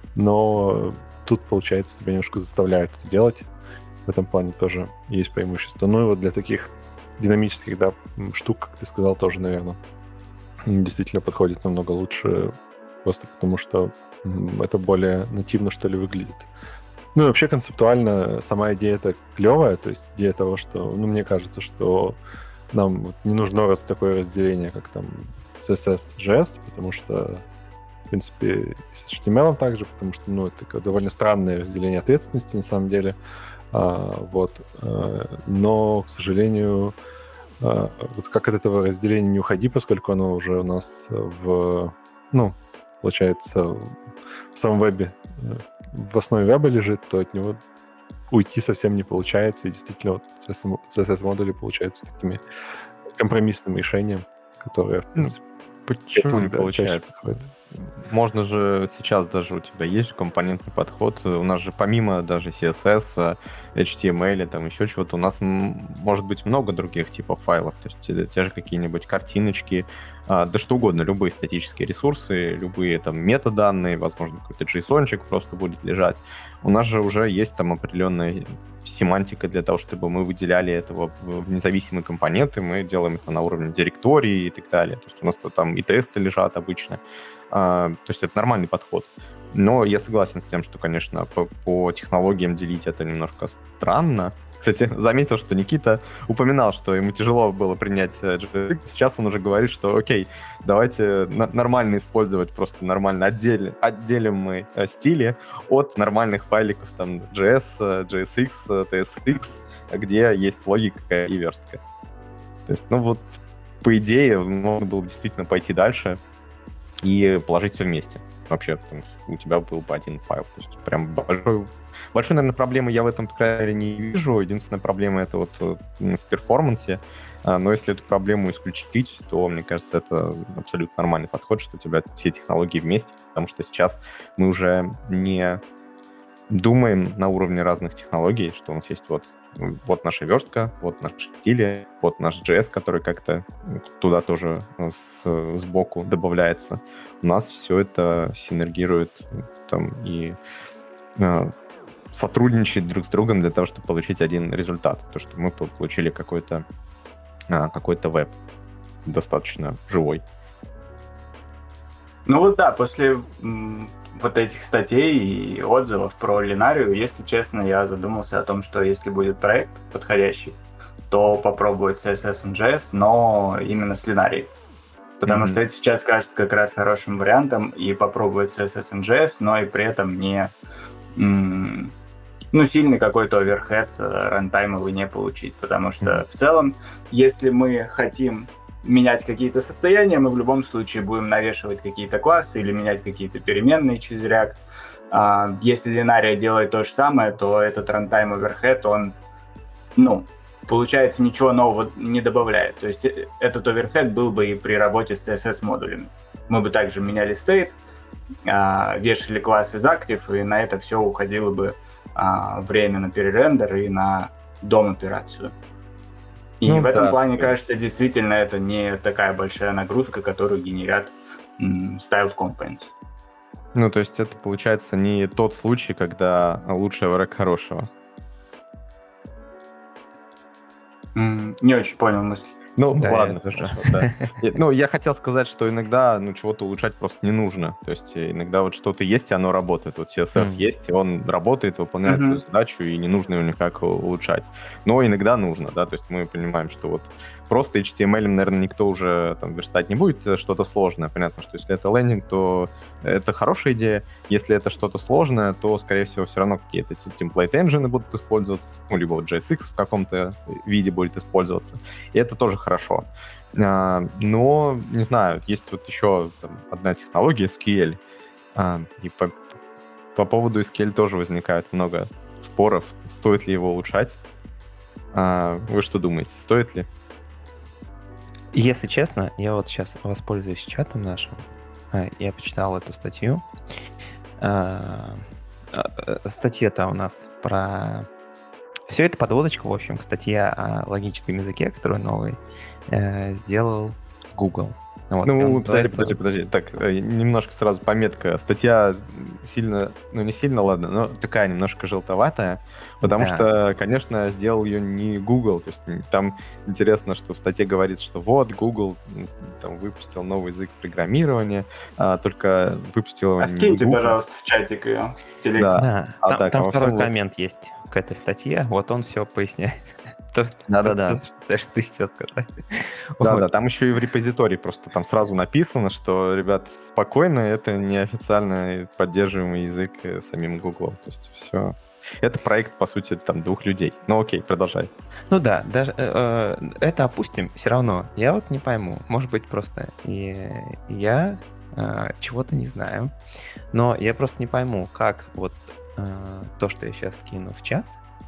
но тут, получается, тебя немножко заставляют это делать. В этом плане тоже есть преимущество. Ну и вот для таких динамических, да, штук, как ты сказал, тоже, наверное, действительно подходит намного лучше, просто потому что это более нативно, что ли, выглядит. Ну и вообще концептуально сама идея-то клевая, то есть идея того, что, ну, мне кажется, что нам вот не нужно раз такое разделение, как там си эс эс, джей эс, потому что, в принципе, с эйч ти эм эл также, потому что, ну, это довольно странное разделение ответственности, на самом деле. А, вот. Но, к сожалению, вот как от этого разделения не уходи, поскольку оно уже у нас в, ну, получается, в самом вебе, в основе веба лежит, то от него уйти совсем не получается, и действительно вот си эс эс-модули получаются такими компромиссным решением, которое, в принципе, почему не получается? Можно же сейчас даже у тебя есть же компонентный подход. У нас же помимо даже си эс эс, эйч ти эм эл, там еще чего-то, у нас может быть много других типов файлов. То есть те, те же какие-нибудь картиночки, да что угодно, любые статические ресурсы, любые там метаданные, возможно, какой-то JSON-чик просто будет лежать. У нас же уже есть там определенная семантика для того, чтобы мы выделяли этого в независимые компоненты, мы делаем это на уровне директории и так далее. То есть у нас там и тесты лежат обычно. А, то есть это нормальный подход. Но я согласен с тем, что, конечно, по, по технологиям делить это немножко странно. Кстати, заметил, что Никита упоминал, что ему тяжело было принять джей эс. Сейчас он уже говорит, что окей, давайте на- нормально использовать, просто нормально отделим, отделим мы стили от нормальных файликов там джей эс, джей эс икс, ти эс икс, где есть логика и верстка. То есть, ну вот, по идее, можно было бы действительно пойти дальше и положить все вместе. Вообще, там, у тебя был бы один файл. То есть прям большой, большой, наверное, проблемы я в этом, по крайней мере, не вижу. Единственная проблема — это вот в перформансе. Но если эту проблему исключить, то, мне кажется, это абсолютно нормальный подход, что у тебя все технологии вместе, потому что сейчас мы уже не думаем на уровне разных технологий, что у нас есть вот вот наша верстка, вот наши стили, вот наш джей эс, который как-то туда тоже с, сбоку добавляется. У нас все это синергирует там, и э, сотрудничает друг с другом для того, чтобы получить один результат. То, что мы получили какой-то, э, какой-то веб достаточно живой. Ну вот да, после м, вот этих статей и отзывов про Линарию, если честно, я задумался о том, что если будет проект подходящий, то попробовать си эс эс и джей эс, но именно с Линарией. Потому mm-hmm. что это сейчас кажется как раз хорошим вариантом и попробовать си эс эс и джей эс, но и при этом не м- ну, сильный какой-то оверхед рантаймовый не получить. Потому что mm-hmm. в целом, если мы хотим менять какие-то состояния, мы в любом случае будем навешивать какие-то классы или менять какие-то переменные через React. А, если Линария делает то же самое, то этот runtime overhead, он, ну, получается, ничего нового не добавляет. То есть этот overhead был бы и при работе с си эс эс-модулями. Мы бы также меняли state, а, вешали класс из active, и на это все уходило бы а, время на перерендер и на дом-операцию. И ну, в этом да, плане, да. кажется, действительно это не такая большая нагрузка, которую генерят м, styled components. Ну, то есть это, получается, не тот случай, когда лучший враг хорошего. М, не очень понял мысль. Ну, да, ладно, тоже. Да. Ну, я хотел сказать, что иногда ну, чего-то улучшать просто не нужно. То есть иногда вот что-то есть, и оно работает. Вот си эс эс mm. есть, и он работает, выполняет mm-hmm. свою задачу, и не нужно его никак улучшать. Но иногда нужно, да, то есть мы понимаем, что вот просто эйч ти эм эл, наверное, никто уже там верстать не будет, что-то сложное. Понятно, что если это лендинг, то это хорошая идея. Если это что-то сложное, то, скорее всего, все равно какие-то template engine будут использоваться, ну, либо вот джей эс икс в каком-то виде будет использоваться. И это тоже хорошо. А, но, не знаю, есть вот еще там, одна технология эс кью эль. А, и по, по поводу эс кью эль тоже возникает много споров, стоит ли его улучшать. А, вы что думаете, стоит ли? Если честно, я вот сейчас воспользуюсь чатом нашим. Я почитал эту статью. Статья-то у нас про... Все это подводочка, в общем, к статье о логическом языке, которую новый сделал Google. Вот, ну, подожди, называется... подожди, подожди. Так, немножко сразу пометка. Статья сильно, ну не сильно, ладно, но такая немножко желтоватая, потому да. что, конечно, сделал ее не Google. То есть там интересно, что в статье говорится, что вот, Google там, выпустил новый язык программирования, а, только выпустил его а не скиньте, Google. пожалуйста, в чатик ее. Да, да. А там, так, там а второй всем... коммент есть к этой статье, вот он все поясняет. Да-да-да. Даже ты сейчас сказать. Да-да, там еще и в репозитории просто там сразу написано, что, ребят, спокойно, это неофициально поддерживаемый язык самим Google. То есть все. Это проект, по сути, там двух людей. Ну окей, продолжай. Ну да, даже э, это опустим. Все равно я вот не пойму. Может быть, просто и я э, чего-то не знаю. Но я просто не пойму, как вот э, то, что я сейчас скину в чат,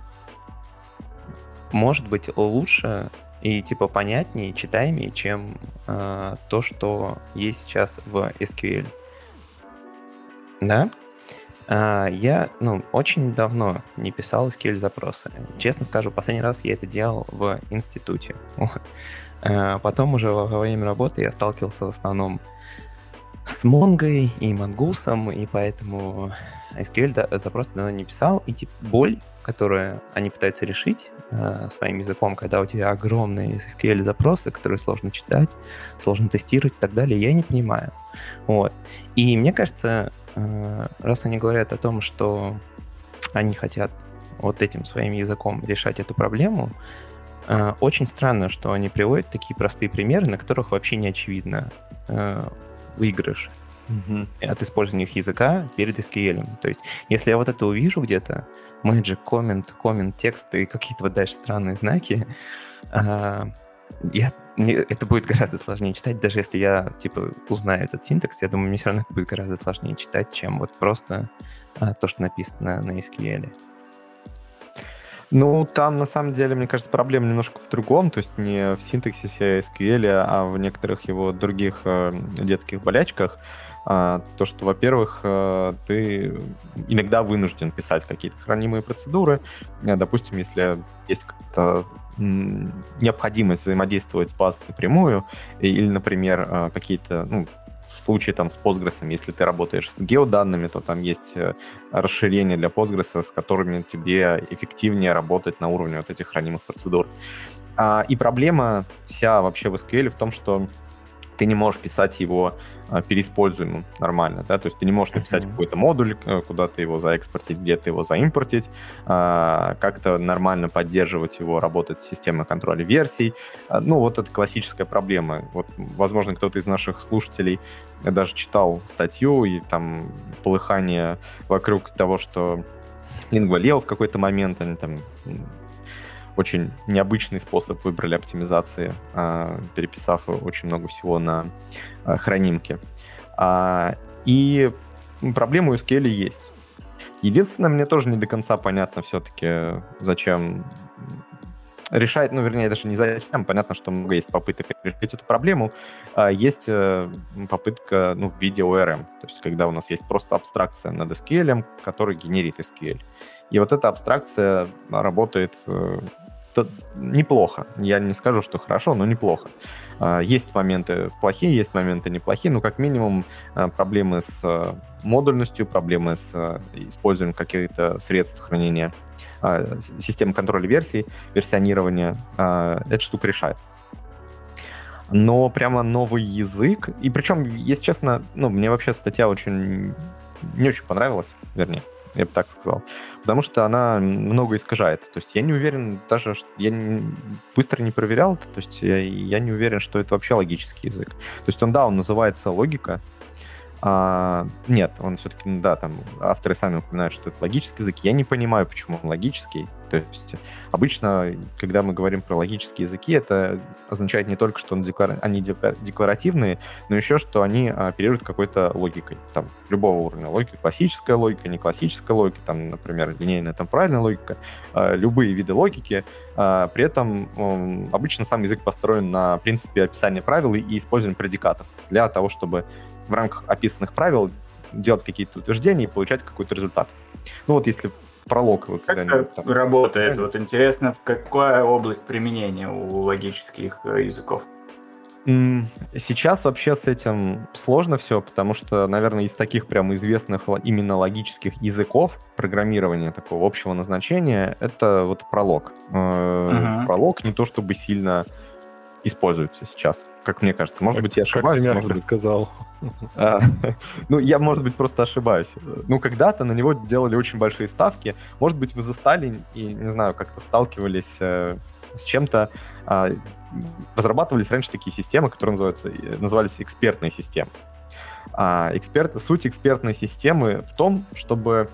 может быть лучше и типа понятнее, читаемее, чем э, то, что есть сейчас в эс кью эль. Да? А, я ну, очень давно не писал эс кью эль-запросы. Честно скажу, последний раз я это делал в институте. Вот. А потом уже во время работы я сталкивался в основном с Монгой и Монгусом, и поэтому эс кью эль-запросы давно не писал. И типа боль, которую они пытаются решить э, своим языком, когда у тебя огромные эс кью эль-запросы, которые сложно читать, сложно тестировать и так далее, я не понимаю. Вот. И мне кажется, э, раз они говорят о том, что они хотят вот этим своим языком решать эту проблему, э, очень странно, что они приводят такие простые примеры, на которых вообще не очевидно э, выигрыш mm-hmm. от использования их языка перед эс кью эль. То есть, если я вот это увижу где-то, magic, comment, comment, текст и какие-то вот дальше странные знаки, а, я, мне, это будет гораздо сложнее читать, даже если я, типа, узнаю этот синтакс, я думаю, мне все равно это будет гораздо сложнее читать, чем вот просто а, то, что написано на эс кью эль. Ну, там, на самом деле, мне кажется, проблема немножко в другом, то есть не в синтаксисе эс кью эль, а в некоторых его других э, детских болячках. А, то, что, во-первых, э, ты иногда вынужден писать какие-то хранимые процедуры. А, допустим, если есть какая-то м, необходимость взаимодействовать с базой напрямую, или, например, э, какие-то, ну, в случае там с Postgres, если ты работаешь с геоданными, то там есть расширения для Postgres, с которыми тебе эффективнее работать на уровне вот этих хранимых процедур. А, и проблема вся вообще в эс кью эль в том, что ты не можешь писать его а, переиспользуемым нормально, да, то есть ты не можешь написать mm-hmm. какой-то модуль, куда-то его заэкспортить, где-то его заимпортить, а, как-то нормально поддерживать его, работать с системой контроля версий. А, ну, вот это классическая проблема. Вот, возможно, кто-то из наших слушателей даже читал статью, и там полыхание вокруг того, что Lingua-Leo в какой-то момент, они там очень необычный способ выбрали оптимизации, переписав очень много всего на хранимке. И проблемы у эс кью эль есть. Единственное, мне тоже не до конца понятно все-таки, зачем решать, ну, вернее, даже не зачем, понятно, что много есть попыток решить эту проблему. Есть попытка, ну, в виде о эр эм, то есть когда у нас есть просто абстракция над эс кью эль, который генерит эс кью эль. И вот эта абстракция работает неплохо. Я не скажу, что хорошо, но неплохо. Есть моменты плохие, есть моменты неплохие, но как минимум проблемы с модульностью, проблемы с использованием каких-то средств хранения системы контроля версий, версионирования, эта штука решает. Но прямо новый язык, и причем, если честно, ну, мне вообще статья очень не очень понравилась, вернее, я бы так сказал, потому что она много искажает. То есть я не уверен даже, что я не, быстро не проверял, то есть я, я не уверен, что это вообще логический язык. То есть он, да, он называется логика, а, нет, он все-таки, да, там авторы сами упоминают, что это логический язык. Я не понимаю, почему он логический. То есть обычно, когда мы говорим про логические языки, это означает не только, что он деклара... они декларативные, но еще, что они оперируют какой-то логикой. Там любого уровня логики, классическая логика, не классическая логика, там, например, линейная темпоральная логика, любые виды логики. При этом обычно сам язык построен на принципе описания правил и использования предикатов для того, чтобы в рамках описанных правил делать какие-то утверждения и получать какой-то результат. Ну вот если пролог вы когда-нибудь... Как это работает? Вот интересно, в какая область применения у логических языков? Сейчас вообще с этим сложно все, потому что, наверное, из таких прям известных именно логических языков программирования такого общего назначения это вот пролог. Uh-huh. Пролог не то чтобы сильно используется сейчас, как мне кажется. Может как, быть, я ошибаюсь. Как ты может быть, сказал. А, ну, я, может быть, просто ошибаюсь. Ну, когда-то на него делали очень большие ставки. Может быть, вы застали и, не знаю, как-то сталкивались э, с чем-то. Э, разрабатывались раньше такие системы, которые называются, назывались экспертные системы. А, эксперт, суть экспертной системы в том, чтобы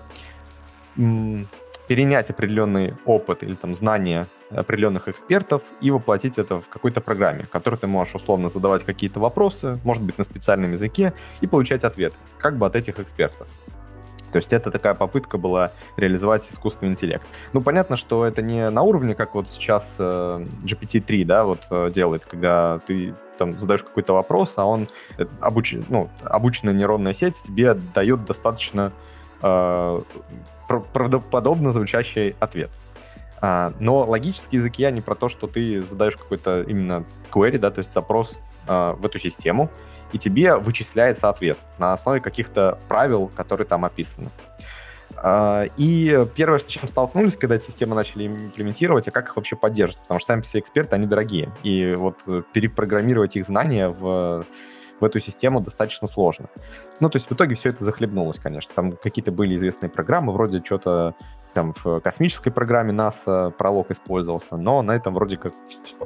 м, перенять определенный опыт или там знания определенных экспертов и воплотить это в какой-то программе, в которой ты можешь условно задавать какие-то вопросы, может быть, на специальном языке, и получать ответ, как бы от этих экспертов. То есть это такая попытка была реализовать искусственный интеллект. Ну, понятно, что это не на уровне, как вот сейчас джи пи ти три, да, вот делает, когда ты там задаешь какой-то вопрос, а он, обуч... ну, обученная нейронная сеть тебе дает достаточно э, правдоподобно звучащий ответ. Но логические языки, они про то, что ты задаешь какой-то именно query, да, то есть запрос э, в эту систему, и тебе вычисляется ответ на основе каких-то правил, которые там описаны. Э, и первое, с чем столкнулись, когда эти системы начали имплементировать, а как их вообще поддерживать, потому что сами все эксперты, они дорогие, и вот перепрограммировать их знания в... в эту систему достаточно сложно. Ну, то есть в итоге все это захлебнулось, конечно. Там какие-то были известные программы, вроде что-то там в космической программе НАСА пролог использовался, но на этом вроде как все.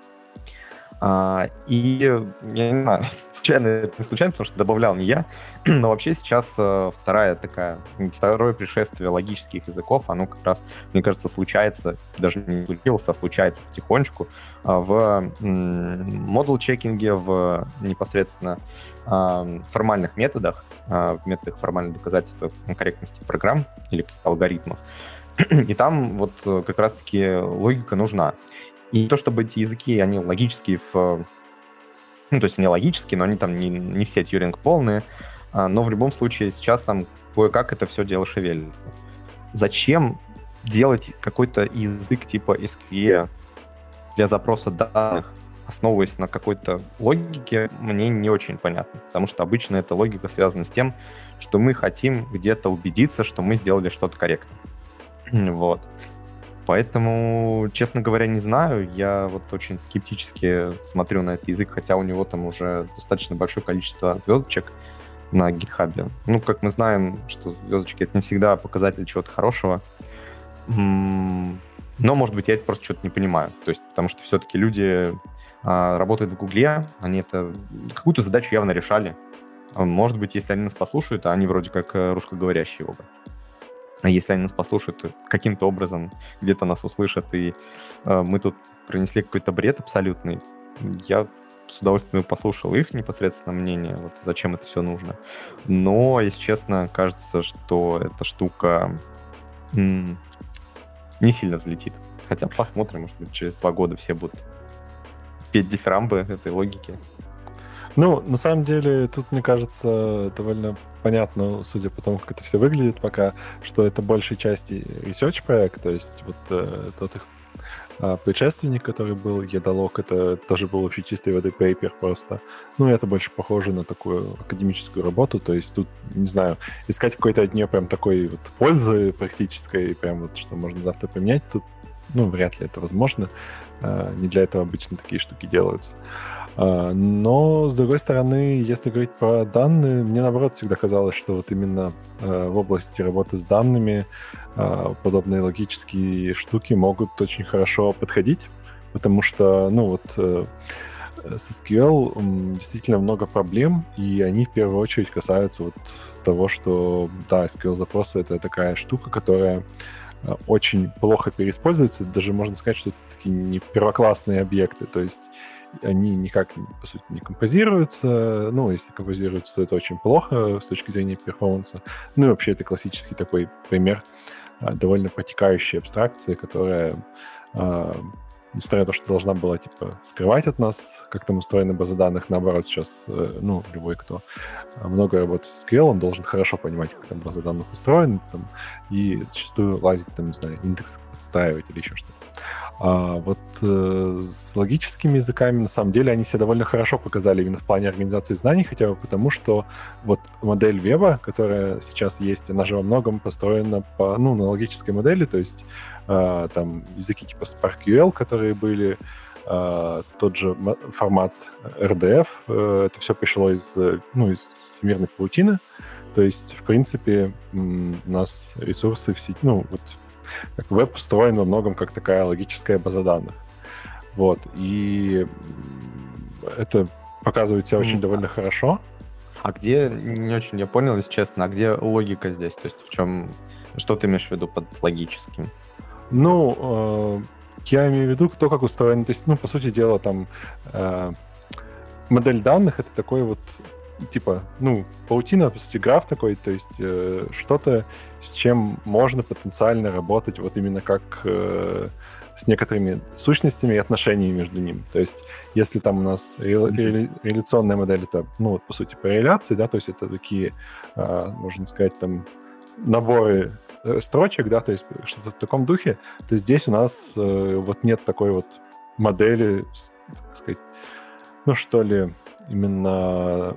А, и я не знаю, случайно это не случайно, потому что добавлял не я, но вообще сейчас вторая такая, второе пришествие логических языков, оно как раз, мне кажется, случается, даже не случилось, а случается потихонечку в модуль-чекинге, в непосредственно формальных методах, в методах формального доказательства корректности программ или алгоритмов. И там вот как раз-таки логика нужна. И не то, чтобы эти языки, они логические, в... ну, то есть они логические, но они там не, не все Тьюринг полные, но в любом случае сейчас там кое-как это все дело шевелится. Зачем делать какой-то язык типа эс кью эль для запроса данных, основываясь на какой-то логике, мне не очень понятно, потому что обычно эта логика связана с тем, что мы хотим где-то убедиться, что мы сделали что-то корректно. Вот. Поэтому, честно говоря, не знаю. Я вот очень скептически смотрю на этот язык, хотя у него там уже достаточно большое количество звездочек на GitHub. Ну, как мы знаем, что звездочки — это не всегда показатель чего-то хорошего. Но, может быть, я это просто что-то не понимаю. То есть, потому что все-таки люди а, работают в Гугле, они это какую-то задачу явно решали. Может быть, если они нас послушают, а они вроде как русскоговорящие оба. А если они нас послушают, то каким-то образом где-то нас услышат, и э, мы тут пронесли какой-то бред абсолютный, я с удовольствием послушал их непосредственно мнение, вот зачем это все нужно. Но, если честно, кажется, что эта штука м- не сильно взлетит. Хотя посмотрим, может быть, через два года все будут петь дифирамбы этой логики. Ну, на самом деле, тут, мне кажется, довольно понятно, судя по тому, как это все выглядит пока, что это большей части research проект, то есть вот э, тот их э, предшественник, который был, Едалог, это тоже был вообще чистый воды пейпер просто. Ну, это больше похоже на такую академическую работу, то есть тут, не знаю, искать какой-то от нее прям такой вот пользы практической, прям вот, что можно завтра применять, тут, ну, вряд ли это возможно. Э, не для этого обычно такие штуки делаются. Но, с другой стороны, если говорить про данные, мне, наоборот, всегда казалось, что вот именно э, в области работы с данными э, подобные логические штуки могут очень хорошо подходить, потому что, ну вот, э, с эс кью эль м, действительно много проблем, и они в первую очередь касаются вот того, что, да, эс кью эль-запросы — это такая штука, которая очень плохо переиспользуется, даже можно сказать, что это такие не первоклассные объекты, то есть они никак, по сути, не композируются. Ну, если композируются, то это очень плохо с точки зрения перформанса. Ну и вообще это классический такой пример довольно протекающей абстракции, которая, несмотря на то, что должна была, типа, скрывать от нас, как там устроена база данных, наоборот, сейчас, ну, любой, кто много работает с эс кью эль, он должен хорошо понимать, как там база данных устроена, там, и зачастую лазить, там, не знаю, индексы подстраивать или еще что-то. А вот э, с логическими языками, на самом деле, они себя довольно хорошо показали именно в плане организации знаний, хотя бы потому, что вот модель веба, которая сейчас есть, она же во многом построена по, ну, на логической модели, то есть э, там языки типа SparkQL, которые были, э, тот же формат эр ди эф, э, это все пришло из, ну, из всемирной паутины, то есть, в принципе, м- у нас ресурсы в сети, ну, вот как веб устроен во многом как такая логическая база данных. Вот. И это показывает себя очень mm. довольно хорошо. А где, не очень я понял, если честно, а где логика здесь? То есть в чем, что ты имеешь в виду под логическим? Ну, э, я имею в виду то, как устроен. То есть, ну, по сути дела, там э, модель данных — это такой вот типа, ну, паутина, по сути, граф такой, то есть э, что-то, с чем можно потенциально работать вот именно как э, с некоторыми сущностями и отношениями между ними. То есть если там у нас ре- ре- реляционная модель, это, ну, вот, по сути, по реляции, да, то есть это такие, э, можно сказать, там, наборы строчек, да, то есть что-то в таком духе, то здесь у нас э, вот нет такой вот модели, так сказать, ну, что ли, именно...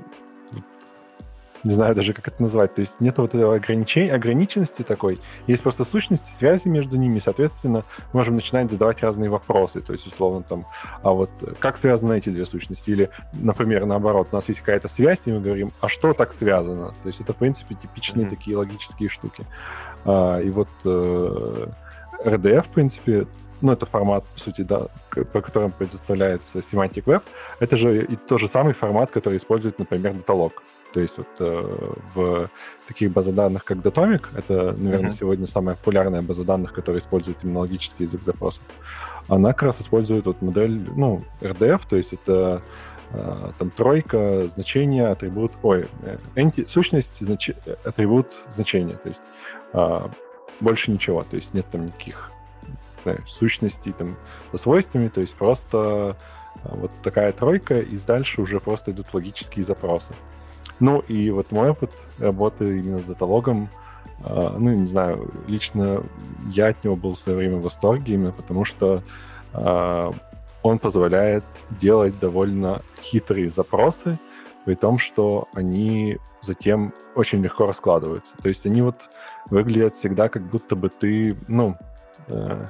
Не знаю даже, как это назвать. То есть нет вот этого ограничения, ограниченности такой. Есть просто сущности, связи между ними, и, соответственно, мы можем начинать задавать разные вопросы. То есть, условно, там, а вот как связаны эти две сущности? Или, например, наоборот, у нас есть какая-то связь, и мы говорим, а что так связано? То есть это, в принципе, типичные mm-hmm. такие логические штуки. А, и вот э, эр ди эф, в принципе, ну, это формат, по сути, да, по которому предоставляется Semantic Web. Это же и тот же самый формат, который использует, например, Datalog. То есть вот э, в таких базах данных, как Datomic, это, наверное, mm-hmm. сегодня самая популярная база данных, которая использует именно логический язык запросов, она как раз использует вот модель, ну, эр ди эф, то есть это э, там тройка, значение, атрибут, ой, энти, сущность, значи, атрибут, значение, то есть э, больше ничего, то есть нет там никаких, не знаю, сущностей там со свойствами, то есть просто э, вот такая тройка, и дальше уже просто идут логические запросы. Ну, и вот мой опыт работы именно с даталогом, э, ну, не знаю, лично я от него был в свое время в восторге, именно потому что э, он позволяет делать довольно хитрые запросы, при том, что они затем очень легко раскладываются. То есть они вот выглядят всегда, как будто бы ты, ну, э,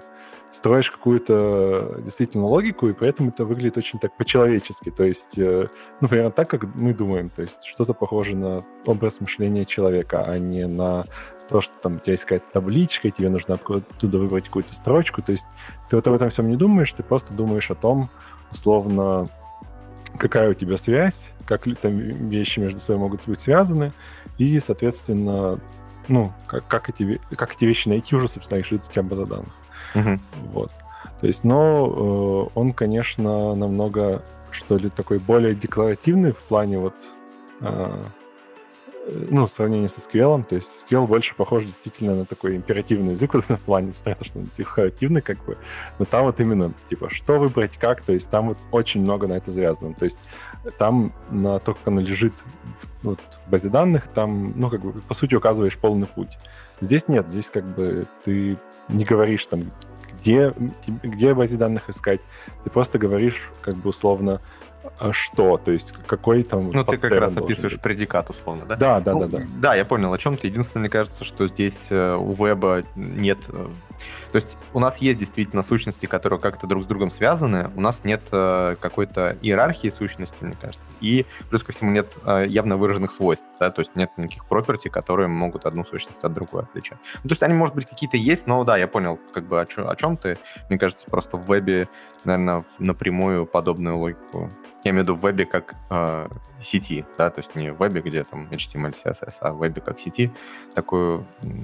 строишь какую-то действительно логику, и при этом это выглядит очень так по-человечески. То есть, ну, примерно так, как мы думаем. То есть что-то похоже на образ мышления человека, а не на то, что там у тебя есть какая-то табличка, и тебе нужно оттуда выбрать какую-то строчку. То есть ты вот об этом всем не думаешь, ты просто думаешь о том, условно, какая у тебя связь, как там вещи между собой могут быть связаны, и, соответственно, ну, как, как, эти, как эти вещи найти уже, собственно, решится тем база данных. Uh-huh. Вот. То есть, но э, он, конечно, намного, что ли, такой более декларативный в плане вот, э, ну, в сравнении с эс кью эл. То есть эс кью эл больше похож действительно на такой императивный язык в плане, несмотря на то, что он декларативный, как бы, но там вот именно, типа, что выбрать, как, то есть там вот очень много на это завязано. То есть там на то, как оно лежит в, вот, в базе данных, там, ну, как бы, по сути, указываешь полный путь. Здесь нет, здесь как бы ты не говоришь там, где, где в базе данных искать, ты просто говоришь, как бы, условно, что, то есть какой там... Ну, ты как раз описываешь быть. Предикат, условно, да? Да, да, ну, да, да. Да, я понял, о чем ты. Единственное, мне кажется, что здесь э, у веба нет... Э, то есть у нас есть действительно сущности, которые как-то друг с другом связаны, у нас нет э, какой-то иерархии сущностей, мне кажется, и плюс ко всему нет э, явно выраженных свойств, да, то есть нет никаких property, которые могут одну сущность от другой отличать. Ну, то есть они, может быть, какие-то есть, но да, я понял, как бы о, чё, о чем ты. Мне кажется, просто в вебе, наверное, напрямую подобную логику. Я имею в виду в вебе как э, сети, да, то есть не в вебе, где там эйч ти эм эль, си эс эс, а в вебе как сети, такую,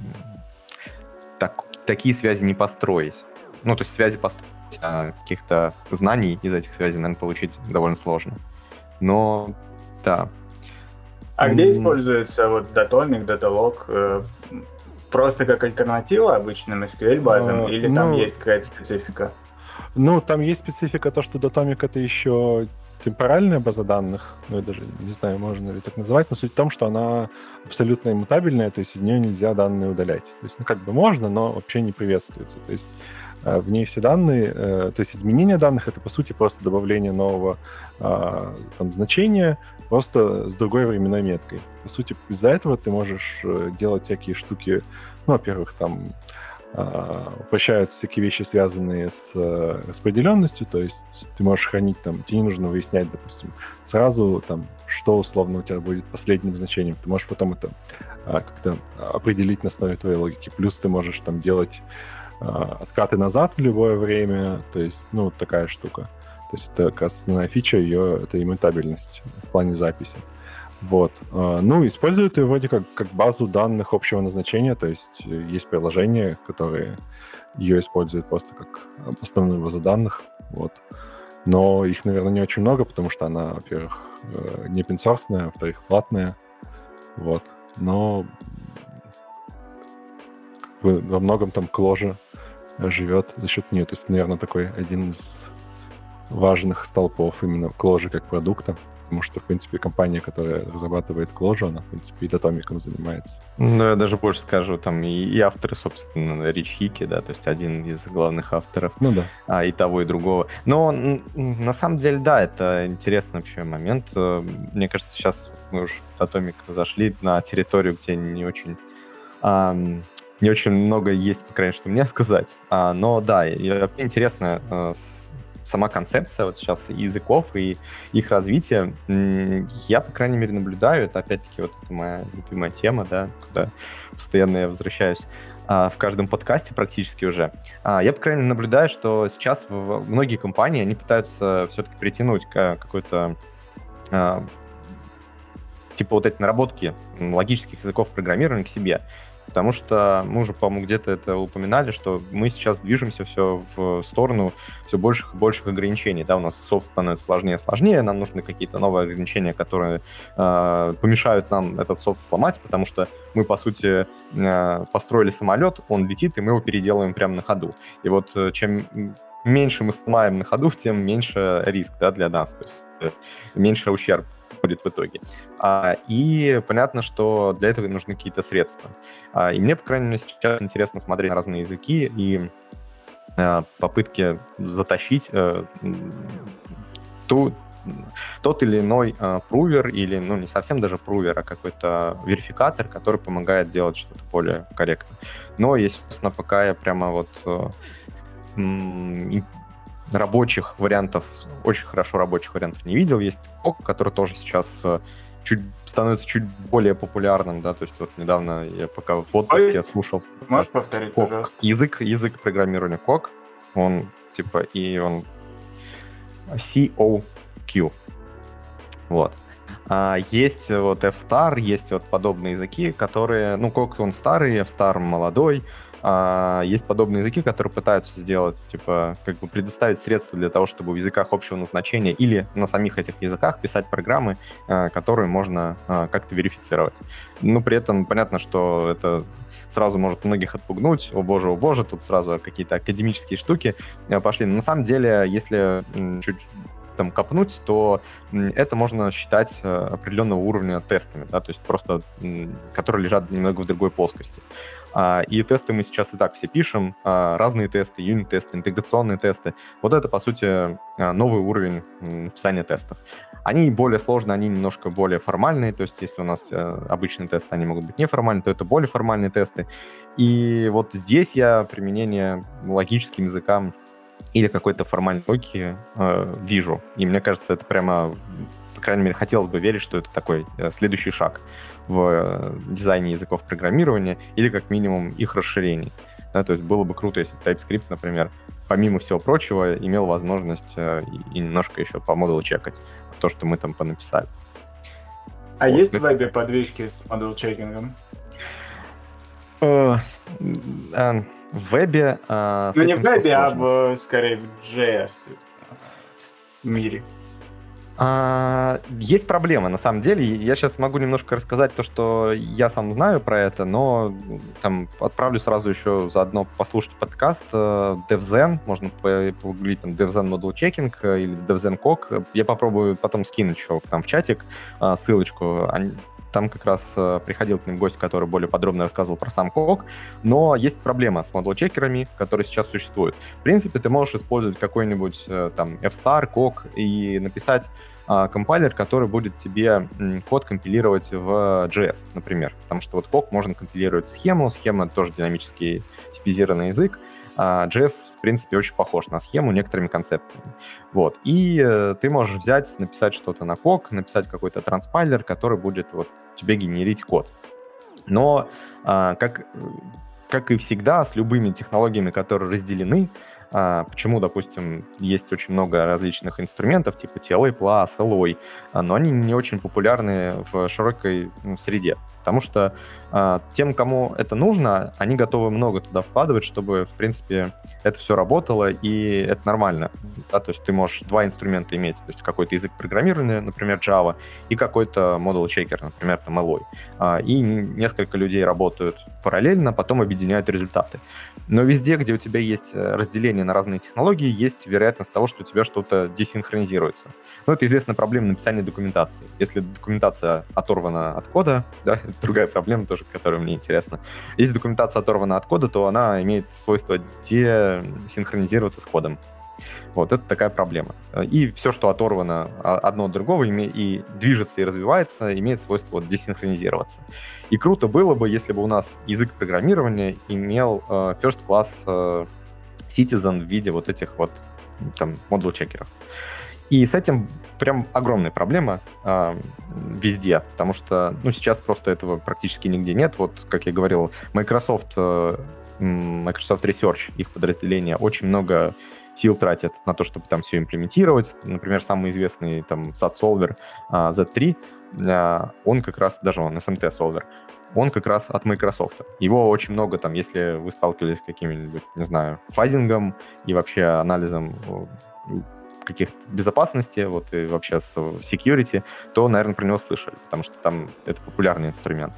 так, такие связи не построить. Ну, то есть связи построить, а каких-то знаний из этих связей, наверное, получить довольно сложно. Но, да. А где используется вот Datomic, Datalog? Э, просто как альтернатива обычным эс кью эль-базам, а, или ну, там есть какая-то специфика? Ну, там есть специфика, то, что Datomic — это еще темпоральная база данных, ну, я даже не знаю, можно ли так называть, но суть в том, что она абсолютно иммутабельная, то есть из нее нельзя данные удалять. То есть, ну, как бы можно, но вообще не приветствуется. То есть э, в ней все данные, э, то есть изменение данных — это, по сути, просто добавление нового э, там, значения, просто с другой временной меткой. По сути, из-за этого ты можешь делать всякие штуки, ну, во-первых, там, упрощаются всякие вещи, связанные с распределенностью, то есть ты можешь хранить там, тебе не нужно выяснять, допустим, сразу там, что условно у тебя будет последним значением. Ты можешь потом это а, как-то определить на основе твоей логики. Плюс ты можешь там делать а, откаты назад в любое время, то есть, ну, вот такая штука. То есть это как раз основная фича ее, это иммутабельность в плане записи. Вот. Ну, используют ее вроде как, как базу данных общего назначения, то есть есть приложения, которые ее используют просто как основную базу данных, вот. Но их, наверное, не очень много, потому что она, во-первых, не open-source, а во-вторых, платная, вот. Но как бы во многом там Clojure живет за счет нее, то есть, наверное, такой один из важных столпов именно Clojure как продукта. Потому что, в принципе, компания, которая разрабатывает Clojure, она, в принципе, и Datomic занимается. Ну, я даже больше скажу, там и, и авторы, собственно, Рич Хики, да, то есть один из главных авторов. Ну да. А, и того, и другого. Но на самом деле, да, это интересный вообще момент. Мне кажется, сейчас мы уже в Datomic зашли на территорию, где не очень... А, не очень много есть, по крайней мере, что мне сказать. А, но да, и, и интересно а, сама концепция вот сейчас языков и их развития, я, по крайней мере, наблюдаю, это опять-таки вот это моя любимая тема, да, куда постоянно я возвращаюсь а, в каждом подкасте практически уже. А, я, по крайней мере, наблюдаю, что сейчас в, многие компании, они пытаются все-таки притянуть какой-то а, типа вот эти наработки логических языков программирования к себе. Потому что мы уже, по-моему, где-то это упоминали, что мы сейчас движемся все в сторону все больших и больших ограничений. Да, у нас софт становится сложнее и сложнее, нам нужны какие-то новые ограничения, которые э, помешают нам этот софт сломать, потому что мы, по сути, э, построили самолет, он летит, и мы его переделываем прямо на ходу. И вот чем меньше мы сломаем на ходу, тем меньше риск, да, для нас, то есть э, меньше ущерб будет в итоге. А, и понятно, что для этого нужны какие-то средства. А, и мне, по крайней мере, сейчас интересно смотреть на разные языки и а, попытки затащить а, ту, тот или иной а, прувер, или, ну, не совсем даже прувер, а какой-то верификатор, который помогает делать что-то более корректно. Но, естественно, пока я прямо вот... рабочих вариантов, очень хорошо рабочих вариантов не видел. Есть кок, который тоже сейчас чуть становится чуть более популярным, да, то есть вот недавно я пока в отпуске я слушал. Можешь повторить, кок, пожалуйста? Язык, язык программирования кок, он типа, и он си о кью. Вот. А есть вот F-Star, есть вот подобные языки, которые, ну, кок он старый, F-Star молодой. А есть подобные языки, которые пытаются сделать, типа, как бы предоставить средства для того, чтобы в языках общего назначения или на самих этих языках писать программы, которые можно как-то верифицировать. Но при этом понятно, что это сразу может многих отпугнуть. О боже, о боже, тут сразу какие-то академические штуки пошли. Но на самом деле, если чуть там копнуть, то это можно считать определенного уровня тестами, да, то есть просто, которые лежат немного в другой плоскости. И тесты мы сейчас и так все пишем, разные тесты, юнит-тесты, интеграционные тесты. Вот это, по сути, новый уровень написания тестов. Они более сложные, они немножко более формальные, то есть если у нас обычные тесты, они могут быть неформальные, то это более формальные тесты. И вот здесь я применение логическим языкам или какой-то формальной логики э, вижу. И мне кажется, это прямо, по крайней мере, хотелось бы верить, что это такой э, следующий шаг в э, дизайне языков программирования или, как минимум, их расширений. Да, то есть было бы круто, если TypeScript, например, помимо всего прочего, имел возможность э, и, и немножко еще по модулу чекать то, что мы там понаписали. А вот. Есть в вебе подвижки с модул-чекингом? Э, э, В вебе... Э, ну, не в вебе, а в, скорее в джей эс мире. А, есть проблема, на самом деле. Я сейчас могу немножко рассказать то, что я сам знаю про это, но там отправлю сразу еще заодно послушать подкаст DevZen. Можно погуглить там DevZen Model Checking или DevZen Cock. Я попробую потом скинуть еще там в чатик ссылочку. Там как раз э, приходил к ним гость, который более подробно рассказывал про сам кок, но есть проблема с модул-чекерами, которые сейчас существуют. В принципе, ты можешь использовать какой-нибудь э, там F-Star, кок и написать э, компайлер, который будет тебе э, код компилировать в джей эс, например, потому что вот кок можно компилировать в схему, схема тоже динамически типизированный язык, а джей эс, в принципе, очень похож на схему некоторыми концепциями. Вот. И э, ты можешь взять, написать что-то на кок, написать какой-то транспайлер, который будет вот тебе генерить код. Но, а, как, как и всегда, с любыми технологиями, которые разделены, а, почему, допустим, есть очень много различных инструментов, типа ти эл эй Plus, эл о ай, но они не очень популярны в широкой ну, среде. Потому что э, тем, кому это нужно, они готовы много туда вкладывать, чтобы, в принципе, это все работало, и это нормально. Да? То есть ты можешь два инструмента иметь, то есть какой-то язык программирования, например, Java, и какой-то model checker, например, там эл о ай. Э, и несколько людей работают параллельно, потом объединяют результаты. Но везде, где у тебя есть разделение на разные технологии, есть вероятность того, что у тебя что-то десинхронизируется. Ну, это известная проблема написания документации. Если документация оторвана от кода, да, другая проблема тоже, которая мне интересна. Если документация оторвана от кода, то она имеет свойство десинхронизироваться с кодом. Вот, это такая проблема. И все, что оторвано одно от другого и движется и развивается, имеет свойство вот, десинхронизироваться. И круто было бы, если бы у нас язык программирования имел uh, first class uh, citizen в виде вот этих вот там модул-чекеров. И с этим прям огромная проблема э, везде, потому что ну, сейчас просто этого практически нигде нет. Вот, как я говорил, Microsoft, э, Microsoft Research, их подразделение, очень много сил тратят на то, чтобы там все имплементировать. Например, самый известный там сат-солвер э, зет три, э, он как раз, даже он, эс эм ти-солвер, он как раз от Microsoft. Его очень много там, если вы сталкивались с каким-нибудь, не знаю, фазингом и вообще анализом каких-то безопасности, вот и вообще с security, то, наверное, про него слышали, потому что там это популярный инструмент.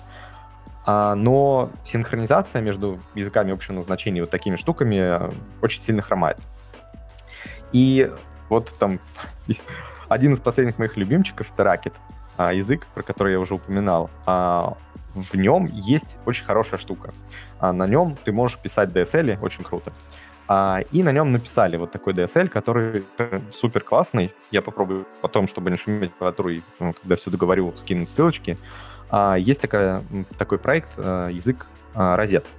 А, но синхронизация между языками общего назначения и вот такими штуками очень сильно хромает. И вот там один из последних моих любимчиков — это Racket, а, язык, про который я уже упоминал. А, в нем есть очень хорошая штука. А, на нем ты можешь писать ди эс эл, очень круто. Uh, и на нем написали вот такой ди эс эл, который супер классный. Я попробую потом, чтобы не шуметь по ветру, и, ну, когда все договорю, скинуть ссылочки. Uh, есть такая, такой проект, uh, язык uh, Rosette.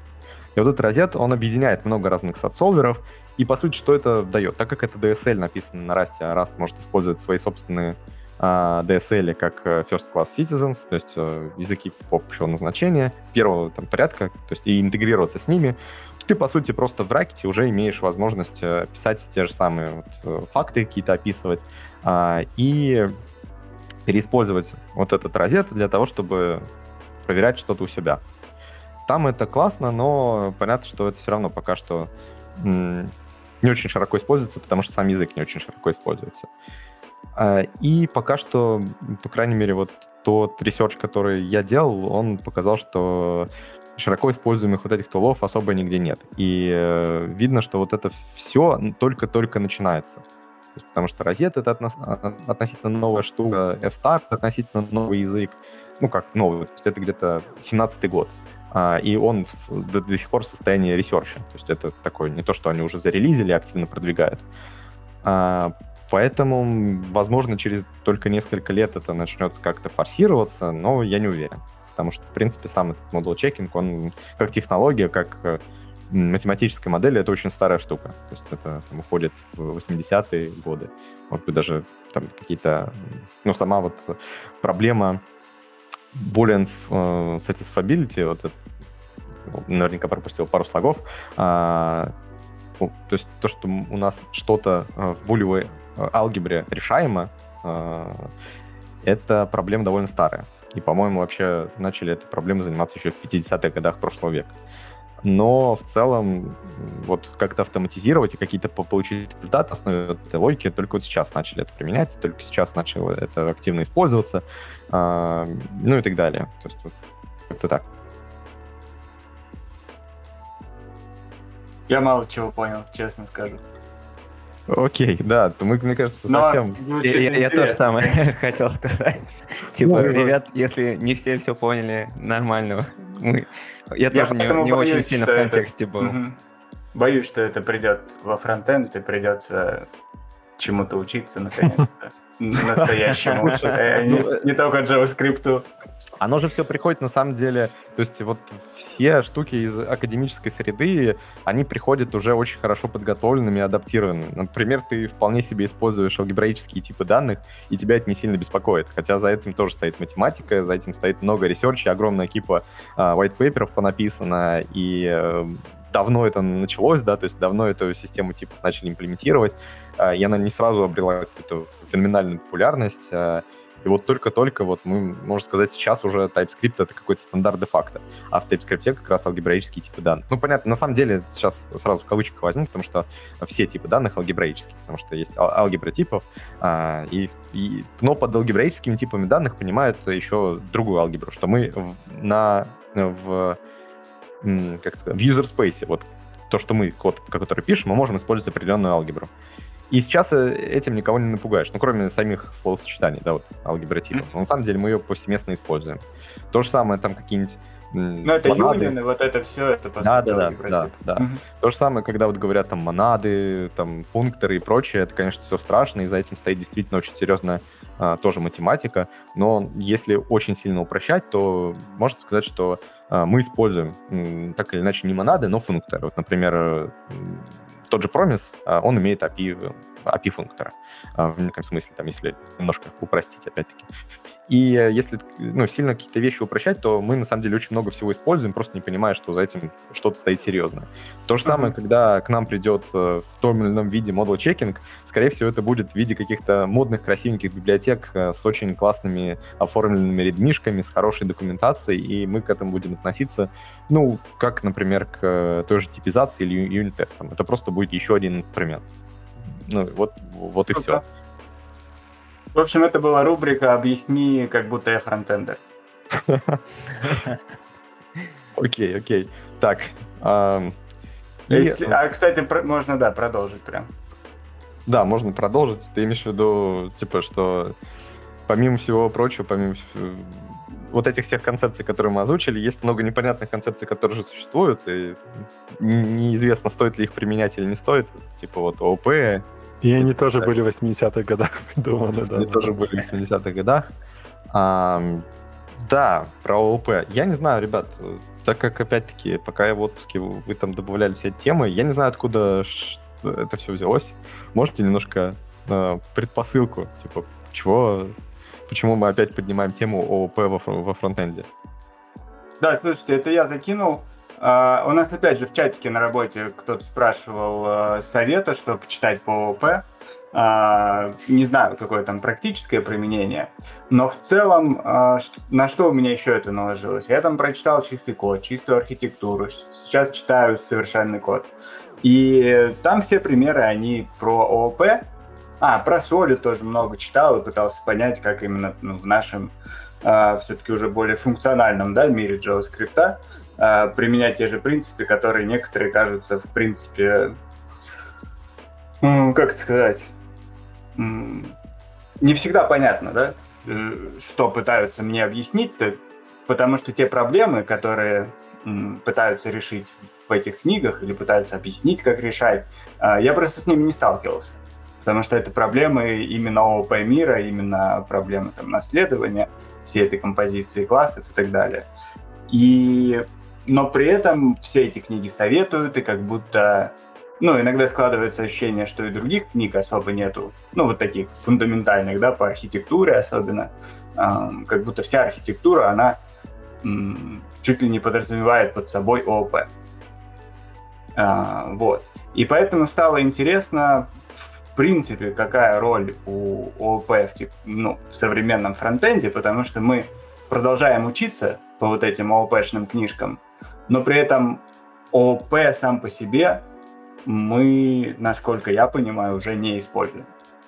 И вот этот розет, он объединяет много разных сабсолверов, и, по сути, что это дает? Так как это ди эс эл написано на Rust, а Rust может использовать свои собственные uh, ди эс эл как First Class Citizens, то есть uh, языки общего назначения, первого там, порядка, то есть и интегрироваться с ними, ты, по сути, просто в Racket уже имеешь возможность uh, писать те же самые вот, uh, факты какие-то описывать uh, и переиспользовать вот этот розет для того, чтобы проверять что-то у себя. Там это классно, но понятно, что это все равно пока что м- не очень широко используется, потому что сам язык не очень широко используется. И пока что, по крайней мере, вот тот ресерч, который я делал, он показал, что широко используемых вот этих тулов особо нигде нет. И э, видно, что вот это все только-только начинается. Потому что розет — это относ- относительно новая штука, F-Star — относительно новый язык. Ну, как новый, то есть это где-то семнадцатый год. Uh, и он в, до, до сих пор в состоянии ресерча. То есть это такое не то, что они уже зарелизили, активно продвигают. Uh, поэтому, возможно, через только несколько лет это начнет как-то форсироваться, но я не уверен. Потому что, в принципе, сам этот модул чекинг, он как технология, как uh, математическая модель, это очень старая штука. То есть это там, уходит в восьмидесятые годы. Может быть, даже там какие-то... Ну, сама вот проблема Boolean uh, satisfiability, вот это, наверняка пропустил пару слогов, а, ну, то есть то, что у нас что-то в булевой алгебре решаемо, а, это проблема довольно старая. И, по-моему, вообще начали этой проблемой заниматься еще в пятидесятых годах прошлого века. Но в целом вот как-то автоматизировать и какие-то получить результаты на основе этой логики только вот сейчас начали это применять, только сейчас начало это активно использоваться, э, ну и так далее. То есть вот как-то так. Я мало чего понял, честно скажу. Окей, да, то мы, мне кажется, Но совсем... Я, я, я тоже самое хотел сказать. Типа, ребят, если не все все поняли, нормально. Мы... Я, я тоже не, не боюсь, очень сильно в контексте это... был. Угу. Боюсь, что это придет во фронтенд, и придется чему-то учиться, наконец-то. Настоящему. Не только JavaScript. Оно же все приходит, на самом деле, то есть вот все штуки из академической среды, они приходят уже очень хорошо подготовленными, адаптированными. Например, ты вполне себе используешь алгебраические типы данных, и тебя это не сильно беспокоит. Хотя за этим тоже стоит математика, за этим стоит много ресерча, огромная кипа uh, white paper'ов понаписано, и uh, давно это началось, да, то есть давно эту систему типов начали имплементировать, uh, и она не сразу обрела какую-то феноменальную популярность, uh, и вот только-только, вот мы, можно сказать, сейчас уже TypeScript — это какой-то стандарт де-факто, а в TypeScript как раз алгебраические типы данных. Ну, понятно, на самом деле, сейчас сразу в кавычках возьму, потому что все типы данных алгебраические, потому что есть ал- алгебра типов, а, и, и, но под алгебраическими типами данных понимают еще другую алгебру, что мы в, на, в, как сказать, в user space, вот то, что мы, код, который пишем, мы можем использовать определенную алгебру. И сейчас этим никого не напугаешь, ну, кроме самих словосочетаний, да, вот, алгебра типов. Но на самом деле мы ее повсеместно используем. То же самое, там, какие-нибудь... Ну, это юнионы, вот это все, это, по да, сути, да, алгебра да, типов. да, да. То же самое, когда вот говорят, там, монады, там, функторы и прочее, это, конечно, все страшно, и за этим стоит действительно очень серьезная а, тоже математика. Но если очень сильно упрощать, то можно сказать, что а, мы используем, м, так или иначе, не монады, но функторы. Вот, например, тот же Promise, он имеет эй пи ай, эй пи ай функтора, в неком смысле, там, если немножко упростить, опять-таки. И если ну, сильно какие-то вещи упрощать, то мы, на самом деле, очень много всего используем, просто не понимая, что за этим что-то стоит серьезное. То же самое, uh-huh. когда к нам придет в том или ином виде модуль чекинг, скорее всего, это будет в виде каких-то модных, красивеньких библиотек с очень классными оформленными редмишками, с хорошей документацией, и мы к этому будем относиться, ну, как, например, к той же типизации или юнит-тестам. Это просто будет еще один инструмент. Ну, вот, вот и ну, все. Да. В общем, это была рубрика «Объясни, как будто я фронтендер». Окей, окей. Так. А, кстати, можно, да, продолжить прям. Да, можно продолжить. Ты имеешь в виду, типа, что помимо всего прочего, помимо вот этих всех концепций, которые мы озвучили, есть много непонятных концепций, которые же существуют, и неизвестно, стоит ли их применять или не стоит. Типа вот ООП. И они тоже были в восьмидесятых годах придуманы, да. Они тоже были в восьмидесятых годах. А, Да, про ООП. Я не знаю, ребят, так как, опять-таки, пока я в отпуске, вы там добавляли все эти темы, я не знаю, откуда это все взялось. Можете немножко э, предпосылку, типа, чего, почему мы опять поднимаем тему ООП во, во фронтенде? Да, слушайте, это я закинул. Uh, у нас, опять же, в чатике на работе кто-то спрашивал uh, совета, что почитать по ООП. Uh, не знаю, какое там практическое применение, но в целом, uh, ш- на что у меня еще это наложилось? Я там прочитал чистый код, чистую архитектуру, сейчас читаю совершенный код. И там все примеры, они про ООП. А, про Solid тоже много читал и пытался понять, как именно ну, в нашем uh, все-таки уже более функциональном да, мире JavaScript uh, применять те же принципы, которые некоторые кажутся, в принципе, ну, как это сказать, не всегда понятно, да, что пытаются мне объяснить, потому что те проблемы, которые пытаются решить в этих книгах или пытаются объяснить, как решать, я просто с ними не сталкивался. Потому что это проблемы именно ООП мира, именно проблемы там, наследования всей этой композиции классов и так далее. И... Но при этом все эти книги советуют, и как будто... Ну, иногда складывается ощущение, что и других книг особо нету, ну, вот таких фундаментальных, да, по архитектуре особенно, эм, как будто вся архитектура, она м, чуть ли не подразумевает под собой ООП. Э, вот. И поэтому стало интересно, в принципе, какая роль у ООП в, ну, в современном фронтенде, потому что мы продолжаем учиться по вот этим ООПшным книжкам, но при этом ООП сам по себе мы, насколько я понимаю, уже не используем.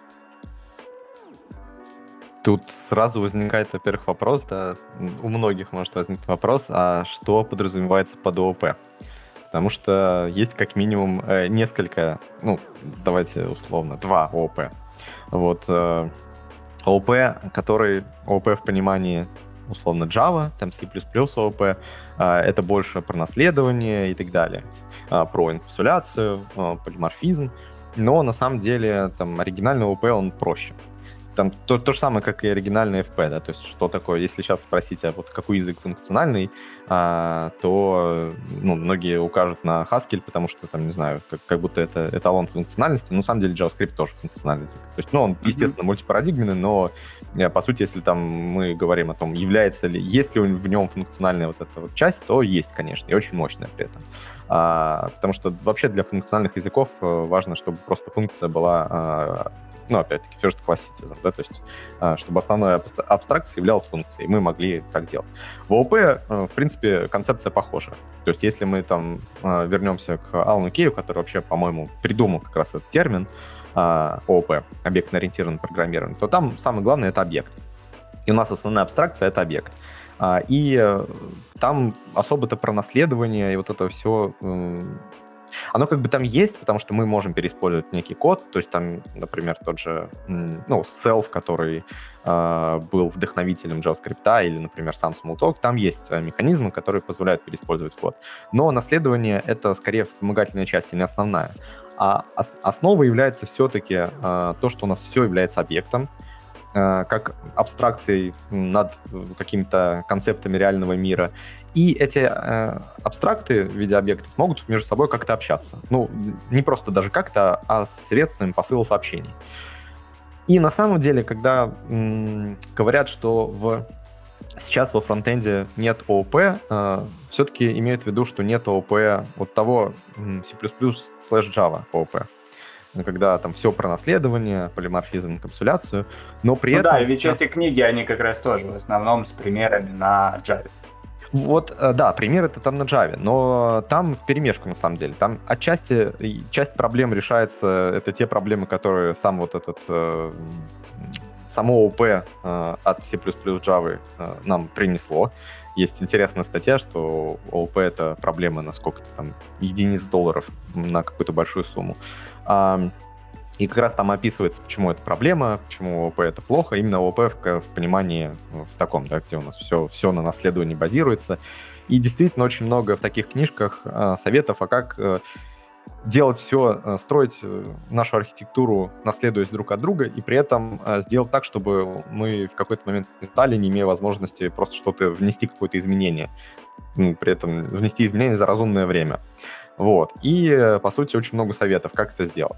Тут сразу возникает, во-первых, вопрос, да, у многих может возникнуть вопрос, а что подразумевается под ООП? Потому что есть как минимум э, несколько, ну, давайте условно, два ООП. Вот э, ООП, который ООП в понимании условно Java, там C++ ООП, э, это больше про наследование и так далее, э, про инкапсуляцию, э, полиморфизм, но на самом деле там оригинальный ООП, он проще. Там то, то же самое, как и оригинальный эф пи, да, то есть что такое, если сейчас спросить, а вот какой язык функциональный, а, то ну, многие укажут на Haskell, потому что там, не знаю, как, как будто это эталон функциональности, но на самом деле JavaScript тоже функциональный язык. То есть, ну, он, естественно, mm-hmm. мультипарадигменный, но по сути, если там мы говорим о том, является ли, есть ли в нем функциональная вот эта вот часть, то есть, конечно, и очень мощная при этом. А, потому что вообще для функциональных языков важно, чтобы просто функция была... Ну, опять-таки, first class citizen, да, то есть, чтобы основной абстракцией являлась функцией, мы могли так делать. В ООП, в принципе, концепция похожа. То есть, если мы там вернемся к Алану Кейу, который вообще, по-моему, придумал как раз этот термин ООП, объектно-ориентированное программирование, то там самое главное — это объект. И у нас основная абстракция — это объект. И там особо-то про наследование и вот это все... Оно как бы там есть, потому что мы можем переиспользовать некий код, то есть там, например, тот же, ну, self, который э, был вдохновителем JavaScript, или, например, сам Smalltalk, там есть механизмы, которые позволяют переиспользовать код. Но наследование — это скорее вспомогательная часть, а не основная. А ос- основой является все-таки э, то, что у нас все является объектом, э, как абстракцией над какими-то концептами реального мира. И эти э, абстракты в виде объектов могут между собой как-то общаться. Ну, не просто даже как-то, а с средствами посыла сообщений. И на самом деле, когда м- говорят, что в... сейчас во фронтенде нет ООП, э, все-таки имеют в виду, что нет ООП вот того C++ слэш Java ООП. Когда там все про наследование, полиморфизм, инкапсуляцию, но при ну этом... Да, и ведь сейчас... эти книги, они как раз тоже в основном с примерами на Java. Вот, да, пример это там на Java, но там вперемешку на самом деле. Там отчасти часть проблем решается, это те проблемы, которые сам вот этот, э, само ООП э, от C++ Java э, нам принесло. Есть интересная статья, что ООП — это проблема на сколько-то там единиц долларов на какую-то большую сумму. А, И как раз там описывается, почему это проблема, почему ООП это плохо. Именно ООП в, в понимании в таком, да, где у нас все, все на наследовании базируется. И действительно очень много в таких книжках э, советов, а как э, делать все, строить нашу архитектуру, наследуясь друг от друга, и при этом сделать так, чтобы мы в какой-то момент летали, не имея возможности просто что-то внести, какое-то изменение. Ну, при этом внести изменения за разумное время. Вот. И, по сути, очень много советов, как это сделать.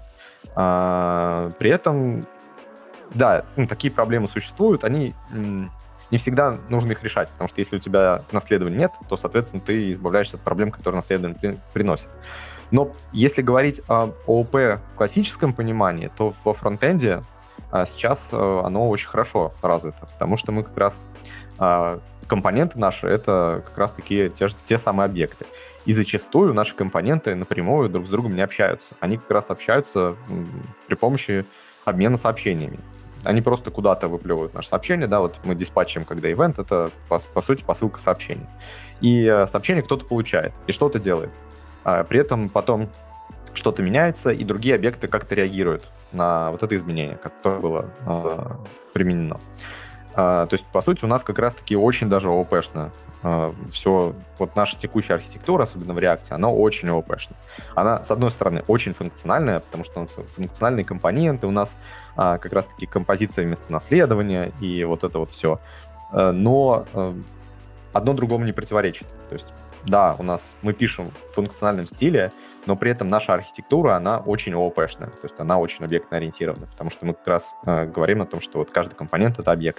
А, при этом, да, ну, такие проблемы существуют, они м, не всегда нужно их решать, потому что если у тебя наследования нет, то, соответственно, ты избавляешься от проблем, которые наследование при, приносит. Но если говорить об ООП в классическом понимании, то во фронтенде а, сейчас а, оно очень хорошо развито, потому что мы как раз... А, компоненты наши — это как раз-таки те, те самые объекты. И зачастую наши компоненты напрямую друг с другом не общаются. Они как раз общаются при помощи обмена сообщениями. Они просто куда-то выплевывают наше сообщение, да, вот мы диспатчим, когда ивент, это, по, по сути, посылка сообщений. И сообщение кто-то получает, и что-то делает. А при этом потом что-то меняется, и другие объекты как-то реагируют на вот это изменение, которое было э, применено. Uh, то есть, по сути, у нас как раз-таки очень даже ООП-шно. Uh, все, вот наша текущая архитектура, особенно в React, она очень ООП-шна. Она, с одной стороны, очень функциональная, потому что функциональные компоненты, у нас uh, как раз-таки композиция вместо наследования и вот это вот все. Uh, но uh, одно другому не противоречит. То есть, да, у нас мы пишем в функциональном стиле, но при этом наша архитектура, она очень ООП-шная, то есть она очень объектно-ориентирована, потому что мы как раз э, говорим о том, что вот каждый компонент — это объект.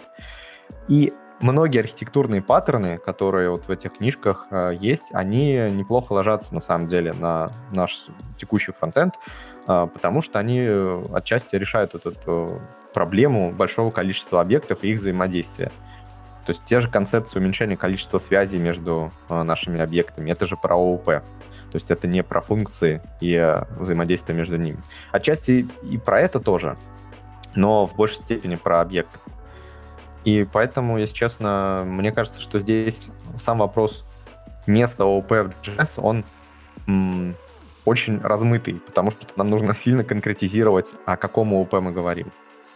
И многие архитектурные паттерны, которые вот в этих книжках э, есть, они неплохо ложатся, на самом деле, на наш текущий фронтенд, э, потому что они отчасти решают эту, эту проблему большого количества объектов и их взаимодействия. То есть те же концепции уменьшения количества связей между э, нашими объектами, это же про ООП. То есть это не про функции и э, взаимодействие между ними. Отчасти и про это тоже, но в большей степени про объекты. И поэтому, если честно, мне кажется, что здесь сам вопрос места ООП в джей эс, он м, очень размытый, потому что нам нужно сильно конкретизировать, о каком ООП мы говорим.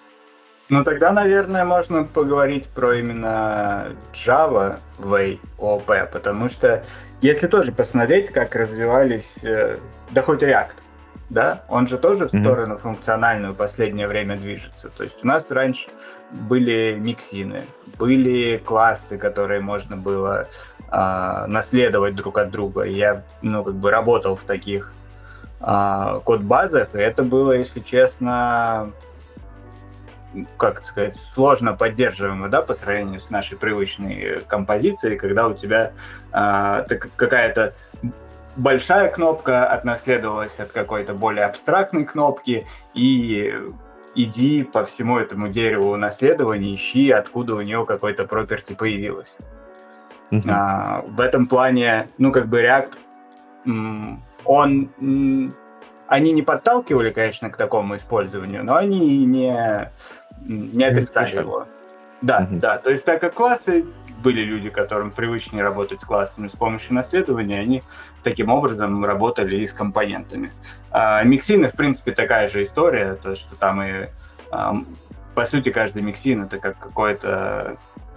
Ну, тогда, наверное, можно поговорить про именно Java Way ООП, потому что если тоже посмотреть, как развивались, да хоть React, да, он же тоже в сторону mm-hmm. функциональную в последнее время движется. То есть у нас раньше были миксины, были классы, которые можно было а, наследовать друг от друга. Я, ну, как бы работал в таких а, код-базах, и это было, если честно... как сказать, сложно поддерживаемо, да, по сравнению с нашей привычной композицией, когда у тебя э, какая-то большая кнопка отнаследовалась от какой-то более абстрактной кнопки, и иди по всему этому дереву наследования, ищи, откуда у нее какой-то property появилось. Mm-hmm. А, в этом плане, ну, как бы React, он... Они не подталкивали, конечно, к такому использованию, но они не, не отрицали его. Да, mm-hmm. да. То есть, так как классы, были люди, которым привычнее работать с классами с помощью наследования, они таким образом работали и с компонентами. А миксины, в принципе, такая же история, то, что там и, а, по сути, каждый миксин — это как какой-то,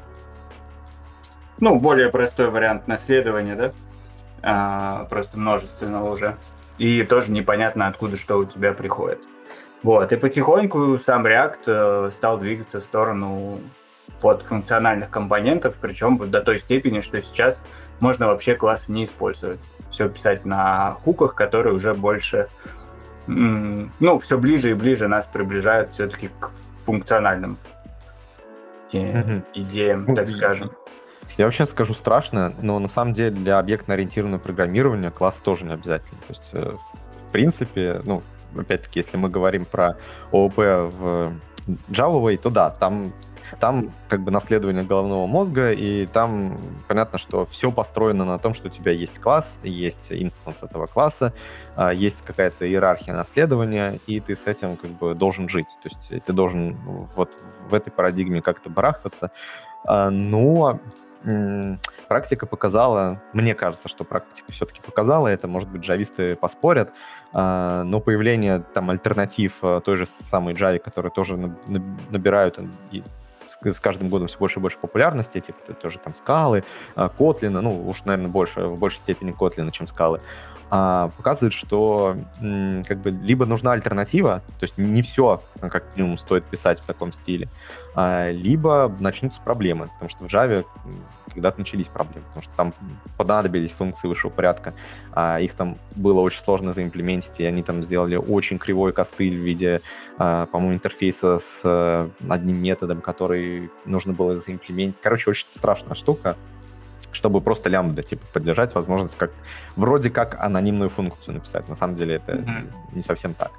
ну, более простой вариант наследования, да, а, просто множественного уже. И тоже непонятно, откуда что у тебя приходит. Вот. И потихоньку сам React э, стал двигаться в сторону вот, функциональных компонентов, причем вот до той степени, что сейчас можно вообще классы не использовать. Все писать на хуках, которые уже больше, м- ну, все ближе и ближе нас приближают все-таки к функциональным э- mm-hmm. идеям, так скажем. Я вообще скажу страшно, но на самом деле для объектно-ориентированного программирования класс тоже не обязательно. То есть, в принципе, ну, опять-таки, если мы говорим про ООП в Java Way, то да, там, там как бы наследование головного мозга, и там понятно, что все построено на том, что у тебя есть класс, есть инстанс этого класса, есть какая-то иерархия наследования, и ты с этим как бы должен жить. То есть ты должен вот в этой парадигме как-то барахтаться. Но практика показала, мне кажется, что практика все-таки показала это, может быть, джависты поспорят, но появление там альтернатив той же самой Java, которые тоже набирают и с каждым годом все больше и больше популярности, типа тоже там скалы, Kotlin, ну уж, наверное, больше, в большей степени Kotlin, чем скалы, а, показывает, что м, как бы либо нужна альтернатива, то есть не все, как минимум, стоит писать в таком стиле, а, либо начнутся проблемы, потому что в Java когда-то начались проблемы, потому что там понадобились функции высшего порядка, а их там было очень сложно заимплементить, и они там сделали очень кривой костыль в виде, а, по-моему, интерфейса с а, одним методом, который нужно было заимплементить. Короче, очень страшная штука, чтобы просто лямбда, типа, поддержать возможность как вроде как анонимную функцию написать. На самом деле это mm-hmm. не совсем так.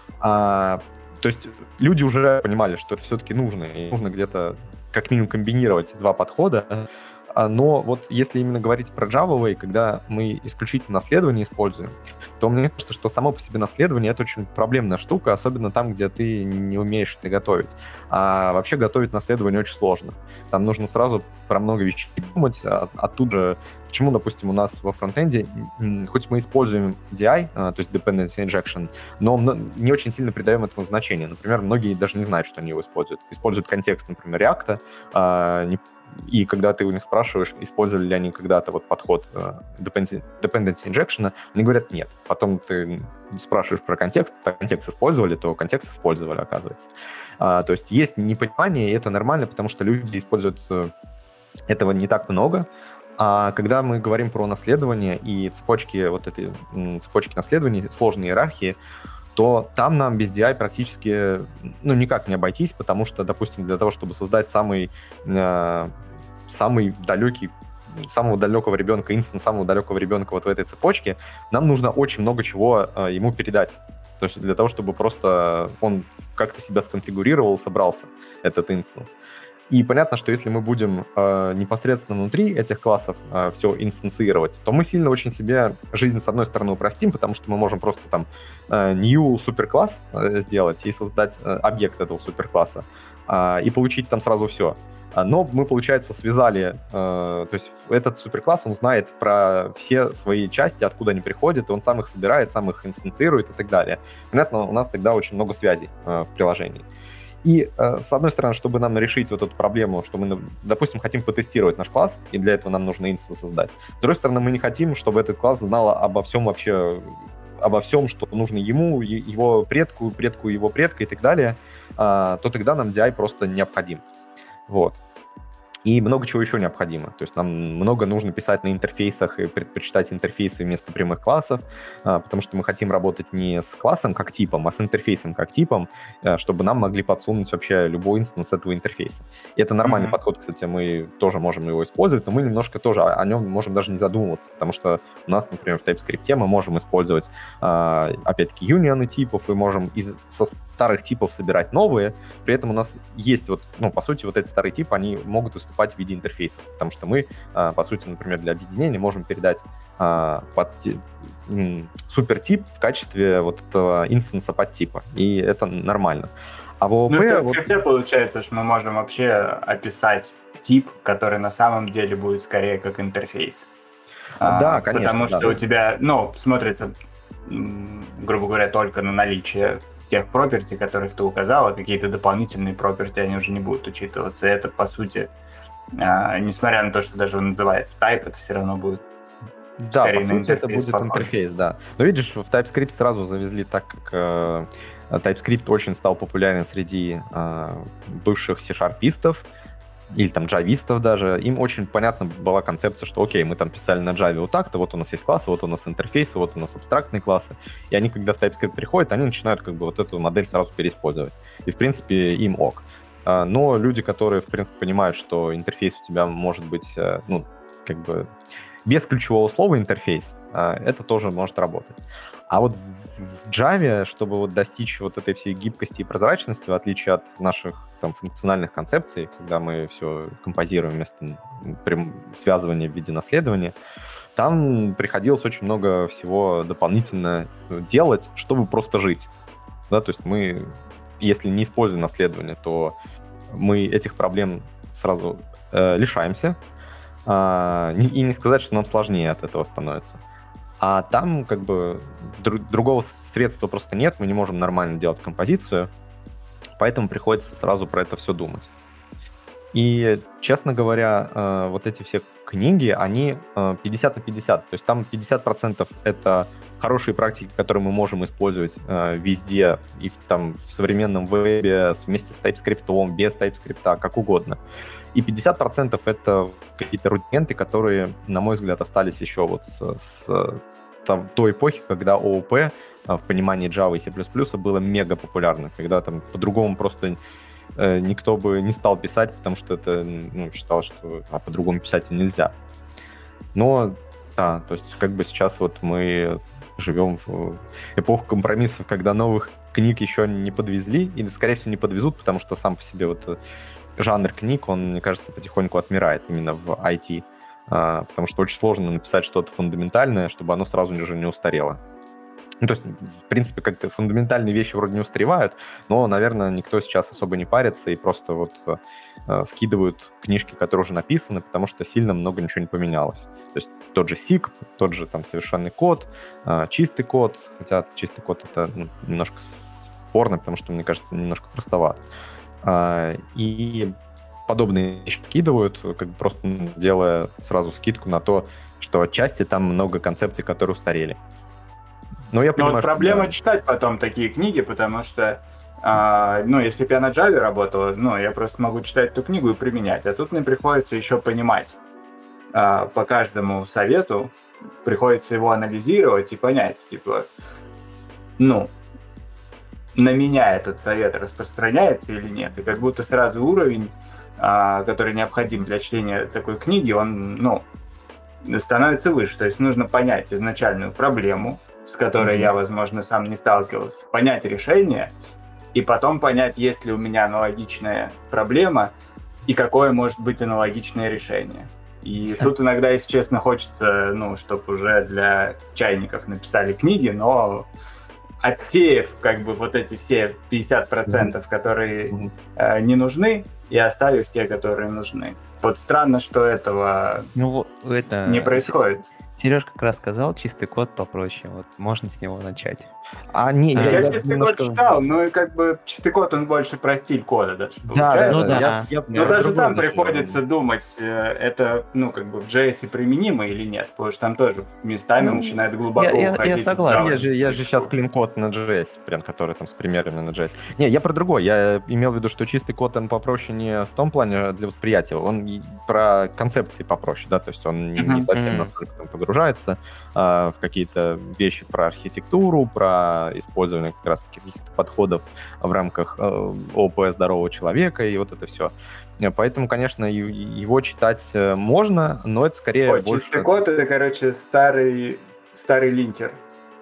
А, то есть люди уже понимали, что это все-таки нужно, и нужно где-то как минимум комбинировать два подхода. Но вот если именно говорить про Java Way, когда мы исключительно наследование используем, то мне кажется, что само по себе наследование — это очень проблемная штука, особенно там, где ты не умеешь это готовить. А вообще готовить наследование очень сложно. Там нужно сразу про много вещей думать. А, оттуда, почему, допустим, у нас во фронтенде, хоть мы используем ди ай, то есть Dependency Injection, но не очень сильно придаем этому значение. Например, многие даже не знают, что они его используют. Используют контекст, например, React, и когда ты у них спрашиваешь, использовали ли они когда-то вот подход uh, dependency, dependency injection, они говорят нет. Потом ты спрашиваешь про контекст, контекст использовали, то контекст использовали, оказывается. Uh, то есть есть непонимание, и это нормально, потому что люди используют uh, этого не так много. А когда мы говорим про наследование и цепочки, вот этой цепочки наследования, сложные иерархии, то там нам без ди ай практически ну, никак не обойтись, потому что, допустим, для того, чтобы создать самый, э, самый далекий, самого далекого ребенка, инстанс самого далекого ребенка вот в этой цепочке, нам нужно очень много чего э, ему передать. То есть для того, чтобы просто он как-то себя сконфигурировал, собрался, этот инстанс. И понятно, что если мы будем э, непосредственно внутри этих классов э, все инстанцировать, то мы сильно очень себе жизнь, с одной стороны, упростим, потому что мы можем просто там э, new суперкласс э, сделать и создать э, объект этого суперкласса э, и получить там сразу все. Но мы, получается, связали, э, то есть этот суперкласс, он знает про все свои части, откуда они приходят, и он сам их собирает, сам их инстанцирует и так далее. Понятно, у нас тогда очень много связей э, в приложении. И, э, с одной стороны, чтобы нам решить вот эту проблему, что мы, допустим, хотим потестировать наш класс, и для этого нам нужно инстанс создать. С другой стороны, мы не хотим, чтобы этот класс знал обо всем вообще, обо всем, что нужно ему, его предку, предку его предка и так далее, э, то тогда нам ди ай просто необходим. Вот. И много чего еще необходимо. То есть нам много нужно писать на интерфейсах и предпочитать интерфейсы вместо прямых классов, потому что мы хотим работать не с классом как типом, а с интерфейсом как типом, чтобы нам могли подсунуть вообще любой инстанс этого интерфейса. И это нормальный mm-hmm. подход, кстати, мы тоже можем его использовать, но мы немножко тоже о нем можем даже не задумываться, потому что у нас, например, в TypeScript мы можем использовать, опять-таки, юнионы типов, и можем из со старых типов собирать новые, при этом у нас есть вот, ну, по сути, вот эти старые типы, они могут выступать в виде интерфейсов, потому что мы, по сути, например, для объединения можем передать под супертип в качестве вот этого инстанса подтипа, и это нормально. А в ООП... Ну, в скрипте вот... получается, что мы можем вообще описать тип, который на самом деле будет скорее как интерфейс. Да, а, конечно. Потому да, что да. у тебя, ну, смотрится, грубо говоря, только на наличие тех property, которых ты указала, какие-то дополнительные property, они уже не будут учитываться. И это, по сути, а, несмотря на то, что даже он называется type, это все равно будет да, скорее по на сути, это будет похож. интерфейс, да. Но видишь, в TypeScript сразу завезли так, как э, TypeScript очень стал популярен среди э, бывших C-шарпистов, или там джавистов даже, им очень понятна была концепция, что окей, мы там писали на Java вот так-то, вот у нас есть классы, вот у нас интерфейсы, вот у нас абстрактные классы, и они, когда в TypeScript приходят, они начинают как бы вот эту модель сразу переиспользовать. И, в принципе, им ок. Но люди, которые, в принципе, понимают, что интерфейс у тебя может быть, ну, как бы без ключевого слова интерфейс, это тоже может работать. А вот в Java, чтобы вот достичь вот этой всей гибкости и прозрачности, в отличие от наших там функциональных концепций, когда мы все композируем вместо связывания в виде наследования, там приходилось очень много всего дополнительно делать, чтобы просто жить. Да, то есть мы, если не используем наследование, то мы этих проблем сразу э, лишаемся. А, и не сказать, что нам сложнее от этого становится. А там как бы дру- другого средства просто нет, мы не можем нормально делать композицию, поэтому приходится сразу про это все думать. И, честно говоря, э, вот эти все книги, они э, пятьдесят на пятьдесят, то есть там пятьдесят процентов это хорошие практики, которые мы можем использовать э, везде, и в, там, в современном вебе, вместе с TypeScript, без TypeScript, как угодно. И пятьдесят процентов это какие-то рудименты, которые, на мой взгляд, остались еще вот с, с там, той эпохи, когда ООП э, в понимании Java и C++ было мега популярно, когда там по-другому просто э, никто бы не стал писать, потому что это, ну, считал, что а по-другому писать нельзя. Но, да, то есть как бы сейчас вот мы живем в эпоху компромиссов, когда новых книг еще не подвезли, и, скорее всего, не подвезут, потому что сам по себе вот жанр книг, он, мне кажется, потихоньку отмирает именно в ай ти, потому что очень сложно написать что-то фундаментальное, чтобы оно сразу же не устарело. Ну, то есть, в принципе, как-то фундаментальные вещи вроде не устаревают, но, наверное, никто сейчас особо не парится и просто вот э, скидывают книжки, которые уже написаны, потому что сильно много ничего не поменялось. То есть тот же сик, тот же там совершенный код, э, чистый код, хотя чистый код это ну, немножко спорно, потому что, мне кажется, немножко простовато. Э, и подобные вещи скидывают, как бы просто делая сразу скидку на то, что отчасти там много концепций, которые устарели. Но я понимаю, Но вот проблема что... читать потом такие книги, потому что, а, ну, если бы я на Java работал, ну, я просто могу читать эту книгу и применять, а тут мне приходится еще понимать а, по каждому совету, приходится его анализировать и понять, типа, ну, на меня этот совет распространяется или нет, и как будто сразу уровень, а, который необходим для чтения такой книги, он, ну, становится выше, то есть нужно понять изначальную проблему, с которой mm-hmm. я, возможно, сам не сталкивался, понять решение, и потом понять, есть ли у меня аналогичная проблема, и какое может быть аналогичное решение. И тут иногда, если честно, хочется, ну, чтобы уже для чайников написали книги, но отсеяв, как бы, вот эти все пятьдесят процентов, mm-hmm. которые mm-hmm. э, не нужны, и оставив те, которые нужны. Вот странно, что этого ну, это... не происходит. Сереж как раз сказал, чистый код попроще, вот можно с него начать. А, не, я, я, я я чистый немножко... код читал, но и как бы чистый код, он больше про стиль кода даже да, получается. Ну, да. Я, я, но я даже там начал. приходится думать, это, ну, как бы в джей эс применимо или нет, потому что там тоже местами ну, начинает глубоко я, уходить. Я, я согласен. Я же, я же сейчас клин-код на джей эс, прям, который там с примерами на джей эс. Не, я про другое. Я имел в виду, что чистый код, он попроще не в том плане для восприятия, он про концепции попроще, да, то есть он не, не совсем mm-hmm. настолько там погружается а, в какие-то вещи про архитектуру, про использование как раз-таки каких-то подходов в рамках э, ООП здорового человека и вот это все. Поэтому, конечно, его читать можно, но это скорее Ой, больше... чистый код — это, короче, старый, старый линтер.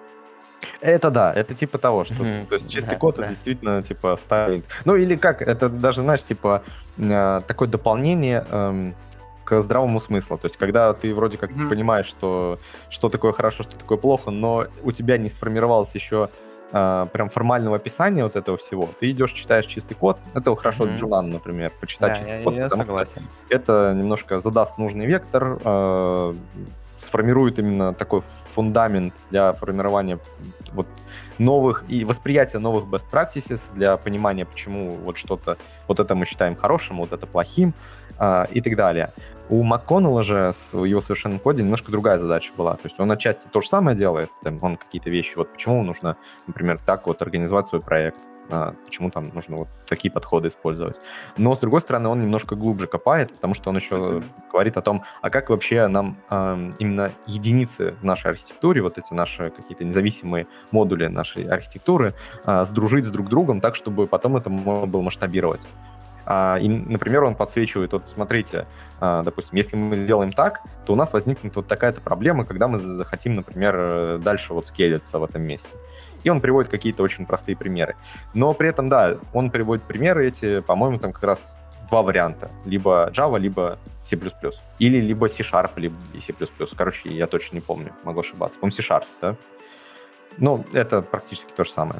Это да, это типа того, что... Mm-hmm. То есть чистый да, код — да. это действительно типа старый... Ну или как, это даже, знаешь, типа э, такое дополнение... Э, к здравому смыслу. То есть, когда ты вроде как mm-hmm. понимаешь, что, что такое хорошо, что такое плохо, но у тебя не сформировалось еще а, прям формального описания вот этого всего, ты идешь, читаешь чистый код. Это хорошо mm-hmm. Джулан, например, почитать да, чистый я, код. Я согласен. Это немножко задаст нужный вектор, а, сформирует именно такой фундамент для формирования вот новых и восприятия новых best practices, для понимания, почему вот что-то, вот это мы считаем хорошим, вот это плохим, а, и так далее. У МакКоннелла же с его совершенном коде немножко другая задача была. То есть он отчасти то же самое делает, там, он какие-то вещи, вот почему нужно, например, так вот организовать свой проект, а, почему там нужно вот такие подходы использовать. Но, с другой стороны, он немножко глубже копает, потому что он еще mm-hmm. говорит о том, а как вообще нам э, именно единицы в нашей архитектуре, вот эти наши какие-то независимые модули нашей архитектуры, э, сдружить с друг другом так, чтобы потом это можно было масштабировать. И, например, он подсвечивает, вот смотрите, допустим, если мы сделаем так, то у нас возникнет вот такая-то проблема, когда мы захотим, например, дальше вот скейлиться в этом месте. И он приводит какие-то очень простые примеры. Но при этом, да, он приводит примеры эти, по-моему, там как раз два варианта. Либо Java, либо C++. Или либо C-Sharp, либо C++. Короче, я точно не помню, могу ошибаться. По-моему, C-Sharp, да? Ну, это практически то же самое.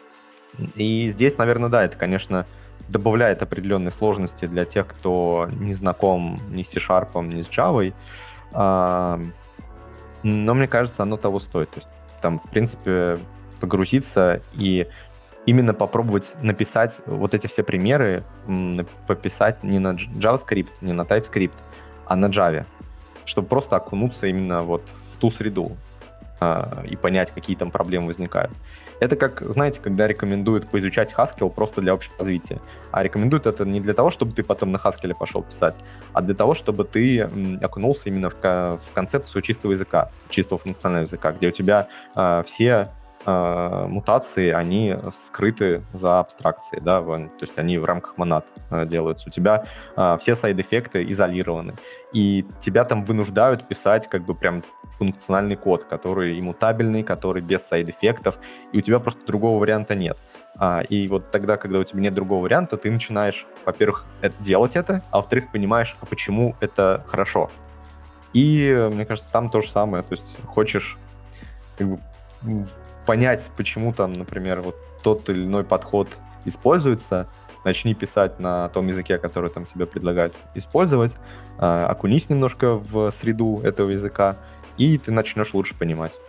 И здесь, наверное, да, это, конечно, добавляет определенные сложности для тех, кто не знаком ни с C-Sharp, ни с Java. Но мне кажется, оно того стоит. То есть там, в принципе, погрузиться и именно попробовать написать вот эти все примеры, пописать не на JavaScript, не на TypeScript, а на Java, чтобы просто окунуться именно вот в ту среду. а, и понять, какие там проблемы возникают. Это как, знаете, когда рекомендуют поизучать Haskell просто для общего развития. А рекомендуют это не для того, чтобы ты потом на Haskell пошел писать, а для того, чтобы ты м, окунулся именно в, ко- в концепцию чистого языка, чистого функционального языка, где у тебя а, все а, мутации, они скрыты за абстракцией, да, вон, то есть они в рамках монад а, делаются. У тебя а, все сайд-эффекты изолированы, и тебя там вынуждают писать как бы прям функциональный код, который иммутабельный, который без сайд-эффектов, и у тебя просто другого варианта нет. А, и вот тогда, когда у тебя нет другого варианта, ты начинаешь, во-первых, это, делать это, а во-вторых, понимаешь, а почему это хорошо. И, мне кажется, там то же самое, то есть хочешь как бы понять, почему там, например, вот тот или иной подход используется, начни писать на том языке, который там тебе предлагают использовать, э, окунись немножко в среду этого языка, и ты начнешь лучше понимать.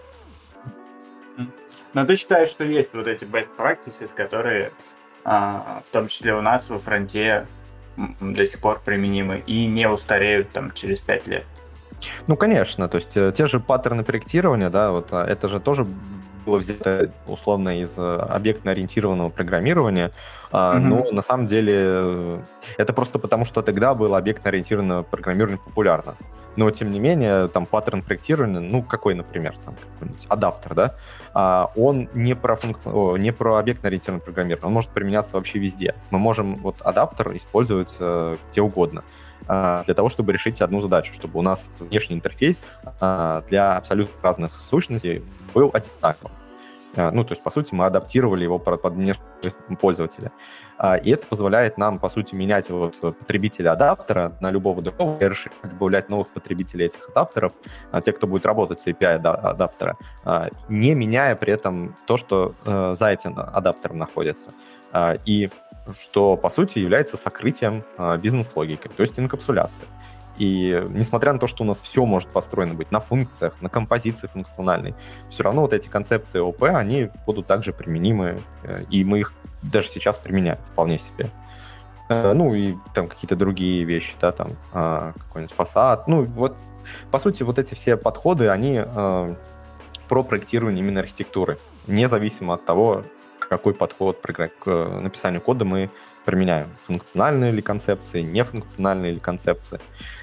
Но ты считаешь, что есть вот эти best practices, которые а, в том числе у нас во фронте до сих пор применимы и не устареют там через пять лет? Ну, конечно, то есть те же паттерны проектирования, да, вот это же тоже было взято условно из объектно-ориентированного программирования, mm-hmm. но на самом деле это просто потому, что тогда было объектно-ориентированное программирование популярно. Но, тем не менее, там паттерн проектирования, ну, какой, например, там какой-нибудь адаптер, да, он не про, функци... О, не про объектно-ориентированное программирование, он может применяться вообще везде. Мы можем вот адаптер использовать э, где угодно для того, чтобы решить одну задачу, чтобы у нас внешний интерфейс для абсолютно разных сущностей был одинаковым. Ну, то есть, по сути, мы адаптировали его под внешнего пользователя. И это позволяет нам, по сути, менять вот потребителя адаптера на любого другого и расширять, добавлять новых потребителей этих адаптеров, те, кто будет работать с эй пи ай адаптера, не меняя при этом то, что за этим адаптером находится. И что, по сути, является сокрытием э, бизнес-логики, то есть инкапсуляцией. И несмотря на то, что у нас все может построено быть на функциях, на композиции функциональной, все равно вот эти концепции о пи, они будут также применимы, э, и мы их даже сейчас применяем вполне себе. Э, ну и там какие-то другие вещи, да, там э, какой-нибудь фасад. Ну вот, по сути, вот эти все подходы, они э, про проектирование именно архитектуры, независимо от того, какой подход к написанию кода мы применяем. Функциональные ли концепции, нефункциональные ли концепции.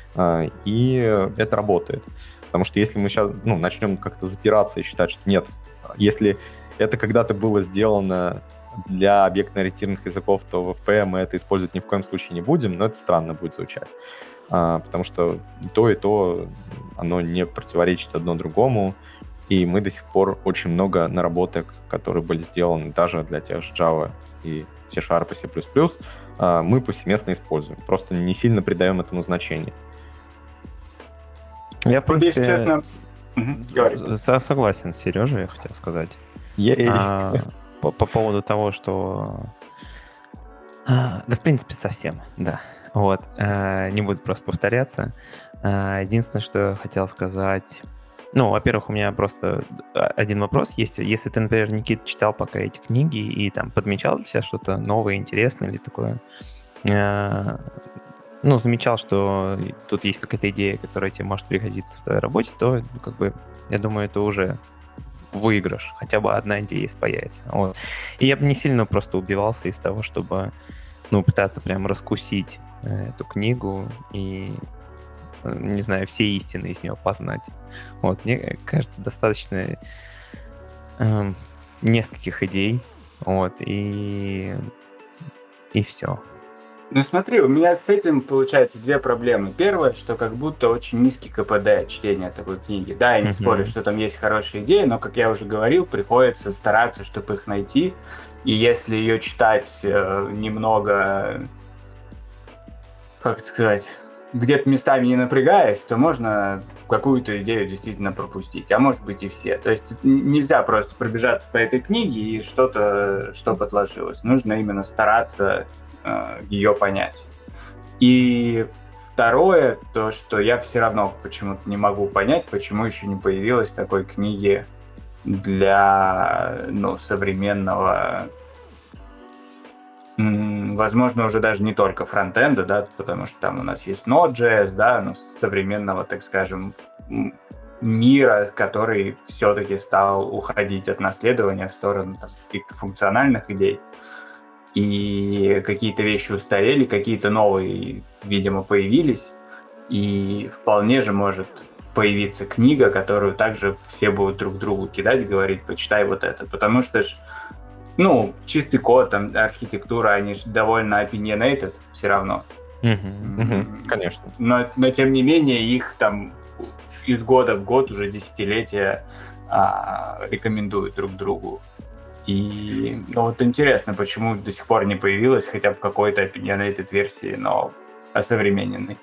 И это работает. Потому что если мы сейчас ну, начнем как-то запираться и считать, что нет, если это когда-то было сделано для объектно-ориентированных языков, то в эф пи мы это использовать ни в коем случае не будем, но это странно будет звучать. Потому что и то, и то, оно не противоречит одно другому. И мы до сих пор очень много наработок, которые были сделаны даже для тех же Java и C-Sharp и C++, мы повсеместно используем. Просто не сильно придаем этому значение. Я, в принципе, честно... угу. согласен с Сережей, я хотел сказать. А, по, по поводу того, что... А, да, в принципе, совсем, да. Вот. А, не буду просто повторяться. А, единственное, что я хотел сказать... Ну, во-первых, у меня просто один вопрос есть. Если ты, например, Никита, читал пока эти книги и там подмечал для себя что-то новое, интересное или такое, э, ну, замечал, что тут есть какая-то идея, которая тебе может пригодиться в твоей работе, то, как бы, я думаю, это уже выигрыш. Хотя бы одна идея есть появится. Вот. И я бы не сильно просто убивался из того, чтобы, ну, пытаться прям раскусить э, эту книгу и... не знаю, все истины из него познать. Вот, мне кажется, достаточно э, нескольких идей, вот, и, и все. Ну смотри, у меня с этим получается две проблемы. Первое, что как будто очень низкий ка пэ дэ чтения такой книги. Да, я не mm-hmm. спорю, что там есть хорошие идеи, но, как я уже говорил, приходится стараться, чтобы их найти. И если ее читать э, немного, как это сказать... где-то местами не напрягаясь, то можно какую-то идею действительно пропустить, а может быть и все. То есть нельзя просто пробежаться по этой книге и что-то, что подложилось. Нужно именно стараться э, ее понять. И второе, то, что я все равно почему-то не могу понять, почему еще не появилось такой книги для ну, современного... Возможно, уже даже не только фронтенда, да, потому что там у нас есть Node.js, да, но современного, так скажем, мира, который все-таки стал уходить от наследования в сторону там, каких-то функциональных идей. И какие-то вещи устарели, какие-то новые, видимо, появились. И вполне же может появиться книга, которую также все будут друг другу кидать, говорить, почитай вот это. Потому что ж, ну, чистый код, там, архитектура, они же довольно opinionated все равно. Mm-hmm. Mm-hmm. Конечно. Но, но, тем не менее, их там из года в год, уже десятилетия а, рекомендуют друг другу. И ну, вот интересно, почему до сих пор не появилась хотя бы какой-то opinionated версии, но осовремененной.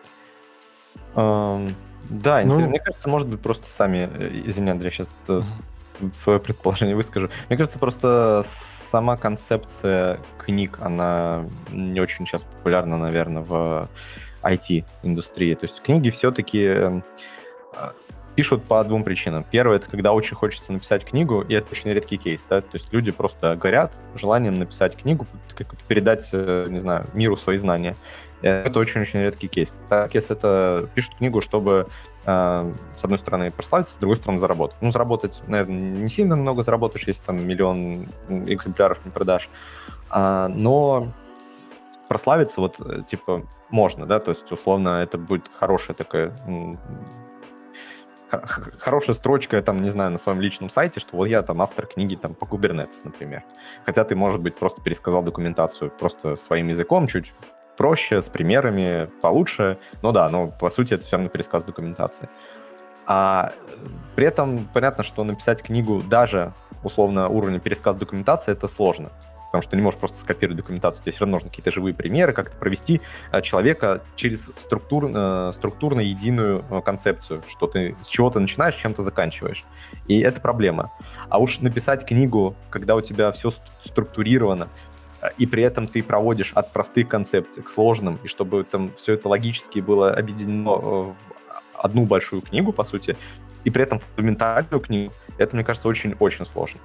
Um, да, ну, мне кажется, может быть, просто сами... Извини, Андрей, сейчас uh-huh. свое предположение выскажу. Мне кажется, просто сама концепция книг, она не очень сейчас популярна, наверное, в ай ти-индустрии. То есть книги все-таки пишут по двум причинам. Первое, это когда очень хочется написать книгу, и это очень редкий кейс, да, то есть люди просто горят желанием написать книгу, передать, не знаю, миру свои знания. Это очень-очень редкий кейс. Так, если это пишут книгу, чтобы, э, с одной стороны, прославиться, с другой стороны, заработать. Ну, заработать, наверное, не сильно много заработаешь, если там миллион экземпляров не продашь, а, но прославиться вот, типа, можно, да, то есть, условно, это будет хорошая такая... хорошая строчка, там, не знаю, на своем личном сайте, что вот я там автор книги там по Kubernetes, например. Хотя ты, может быть, просто пересказал документацию просто своим языком, чуть проще, с примерами, получше. Ну да, но по сути это все равно пересказ документации. А при этом понятно, что написать книгу даже условно уровня пересказ документации это сложно. Потому что ты не можешь просто скопировать документацию, тебе все равно нужны какие-то живые примеры, как-то провести человека через структур, структурно единую концепцию, что ты с чего-то начинаешь, чем-то заканчиваешь. И это проблема. А уж написать книгу, когда у тебя все структурировано, и при этом ты проводишь от простых концепций к сложным, и чтобы там все это логически было объединено в одну большую книгу, по сути, и при этом фундаментальную книгу, это, мне кажется, очень-очень сложно.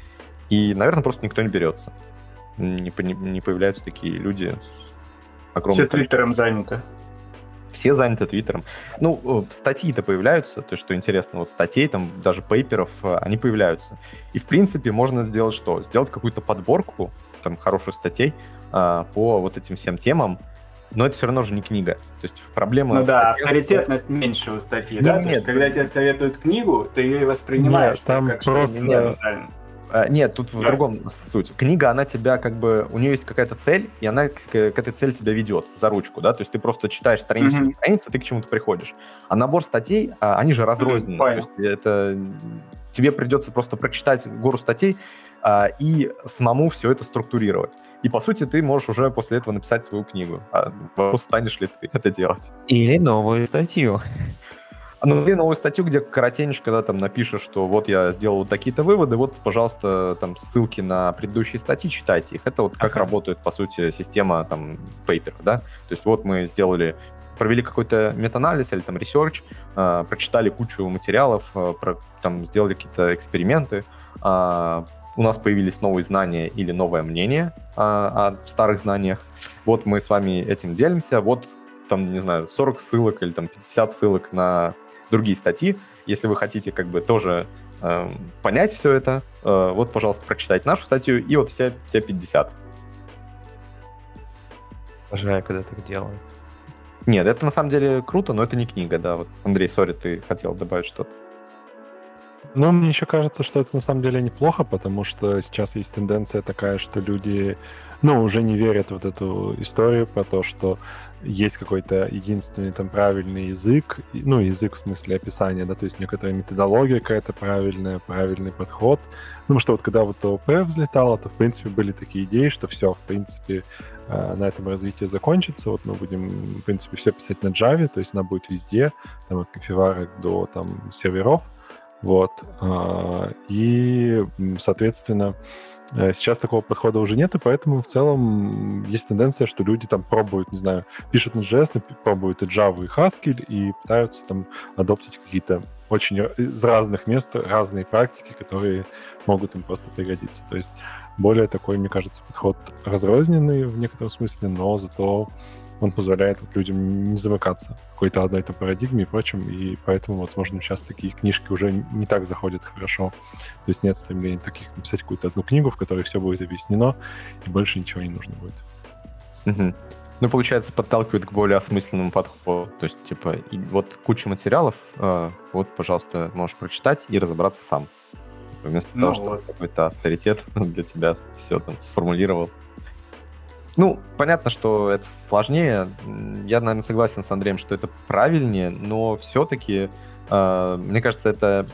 И, наверное, просто никто не берется. Не, не, не появляются такие люди с огромным... Все твиттером заняты. Все заняты твиттером. Ну, статьи-то появляются, то есть, что интересно, вот статей, там, даже пейперов, они появляются. И, в принципе, можно сделать что? Сделать какую-то подборку, там, хороших статей а, по вот этим всем темам, но это все равно же не книга. То есть проблема... Ну да, статья... авторитетность меньше у статьи, ну, да? Нет, то есть, когда тебе советуют книгу, ты ее воспринимаешь нет, там как просто... что-то универсальное. Нет, тут да. в другом суть. Книга, она тебя как бы... У нее есть какая-то цель, и она к, к этой цели тебя ведет за ручку, да? То есть ты просто читаешь страницу mm-hmm. за страницей, ты к чему-то приходишь. А набор статей, они же разрознены. Mm-hmm. То есть это... Тебе придется просто прочитать гору статей а, и самому все это структурировать. И, по сути, ты можешь уже после этого написать свою книгу. А вопрос, станешь ли ты это делать. Или новую статью. Ну, или новую статью, где коротенько, когда там напишешь, что вот я сделал вот такие-то выводы, вот, пожалуйста, там ссылки на предыдущие статьи, читайте их. Это вот как ага. работает, по сути, система там пейперов, да? То есть вот мы сделали, провели какой-то метаанализ или там ресерч, э, прочитали кучу материалов, э, про, там сделали какие-то эксперименты, э, у нас появились новые знания или новое мнение э, о старых знаниях. Вот мы с вами этим делимся, вот там, не знаю, сорок ссылок или там пятьдесят ссылок на другие статьи. Если вы хотите как бы тоже э, понять все это, э, вот, пожалуйста, прочитайте нашу статью и вот все те пятьдесят. Обожаю, когда так делают. Нет, это на самом деле круто, но это не книга, да. Вот, Андрей, сори, ты хотел добавить что-то. Ну, мне еще кажется, что это на самом деле неплохо, потому что сейчас есть тенденция такая, что люди, ну, уже не верят в вот эту историю про то, что есть какой-то единственный там правильный язык, ну, язык в смысле описания, да, то есть некоторая методология какая-то правильная, правильный подход. Ну, потому что вот когда вот ООП взлетало, то, в принципе, были такие идеи, что все, в принципе, на этом развитие закончится, вот мы будем, в принципе, все писать на Java, то есть она будет везде, там, от кофеварок до, там, серверов, вот, и, соответственно, сейчас такого подхода уже нет, и поэтому в целом есть тенденция, что люди там пробуют, не знаю, пишут на джей эс, пробуют и Java, и Haskell, и пытаются там адоптить какие-то очень из разных мест разные практики, которые могут им просто пригодиться. То есть более такой, мне кажется, подход разрозненный в некотором смысле, но зато он позволяет вот людям не замыкаться в какой-то одной там парадигме и прочем, и поэтому, возможно, сейчас такие книжки уже не так заходят хорошо. То есть нет стремления таких написать какую-то одну книгу, в которой все будет объяснено, и больше ничего не нужно будет. Угу. Ну, получается, подталкивает к более осмысленному подходу. То есть, типа, и вот куча материалов, э, вот, пожалуйста, можешь прочитать и разобраться сам. Вместо ну, того, вот. чтобы какой-то авторитет для тебя все там сформулировал. Ну, понятно, что это сложнее. Я, наверное, согласен с Андреем, что это правильнее, но все-таки, э, мне кажется, это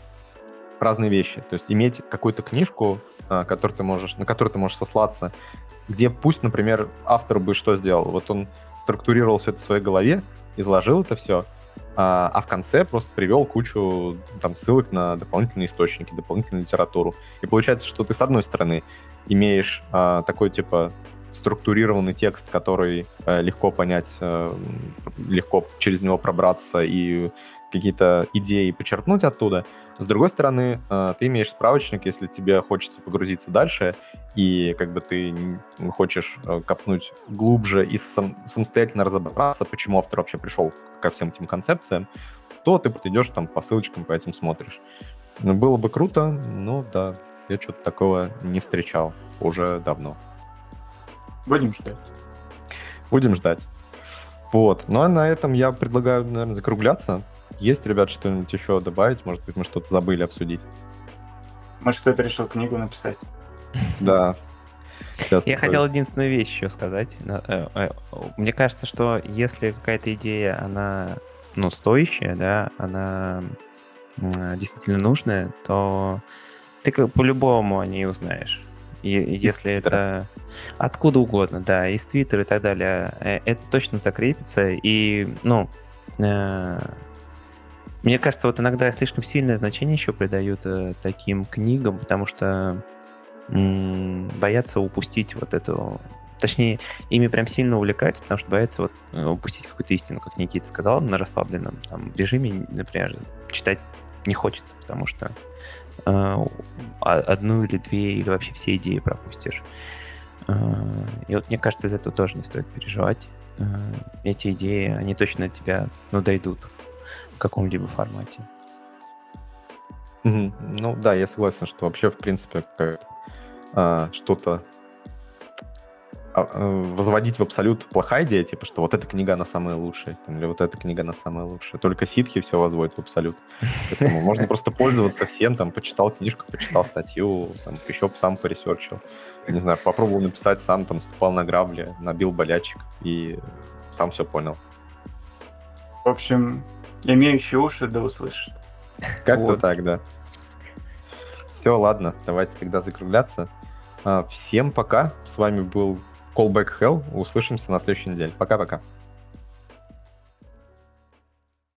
разные вещи. То есть иметь какую-то книжку, э, которую ты можешь, на которую ты можешь сослаться, где пусть, например, автор бы что сделал? Вот он структурировал все это в своей голове, изложил это все, а, а в конце просто привел кучу там ссылок на дополнительные источники, дополнительную литературу. И получается, что ты, с одной стороны, имеешь а, такой, типа, структурированный текст, который а, легко понять, а, легко через него пробраться и какие-то идеи почерпнуть оттуда. С другой стороны, ты имеешь справочник, если тебе хочется погрузиться дальше, и как бы ты хочешь копнуть глубже и сам, самостоятельно разобраться, почему автор вообще пришел ко всем этим концепциям, то ты идешь там по ссылочкам, по этим смотришь. Ну, было бы круто, но да, я что-то такого не встречал уже давно. Будем ждать. Будем ждать. Вот. Ну а на этом я предлагаю, наверное, закругляться. Есть, ребят, что-нибудь еще добавить? Может быть, мы что-то забыли обсудить? Может, кто-то решил книгу написать? Да. Я хотел единственную вещь еще сказать. Мне кажется, что если какая-то идея, она, ну, стоящая, да, она действительно нужная, то ты как по-любому о ней узнаешь. И если это откуда угодно, да, из Твиттера и так далее, это точно закрепится. И, ну, мне кажется, вот иногда слишком сильное значение еще придают э, таким книгам, потому что м- боятся упустить вот эту... Точнее, ими прям сильно увлекаются, потому что боятся вот упустить какую-то истину, как Никита сказал, на расслабленном там, режиме, например, читать не хочется, потому что э, одну или две, или вообще все идеи пропустишь. Э, и вот мне кажется, из этого тоже не стоит переживать. Э, эти идеи, они точно тебя, ну, дойдут в каком-либо формате. Mm-hmm. Ну да, я согласен, что вообще, в принципе, как, а, что-то а, возводить в абсолют плохая идея, типа, что вот эта книга, она самая лучшая, там, или вот эта книга, она самая лучшая. Только ситхи все возводят в абсолют. Поэтому можно просто пользоваться всем, там, почитал книжку, почитал статью, там, еще сам поресерчил. Не знаю, попробовал написать сам, там, ступал на грабли, набил болячек и сам все понял. В общем... Имеющие уши да услышат. Как-то вот. Так, да. Все, ладно, давайте тогда закругляться. Всем пока. С вами был Callback Hell. Услышимся на следующей неделе. Пока-пока.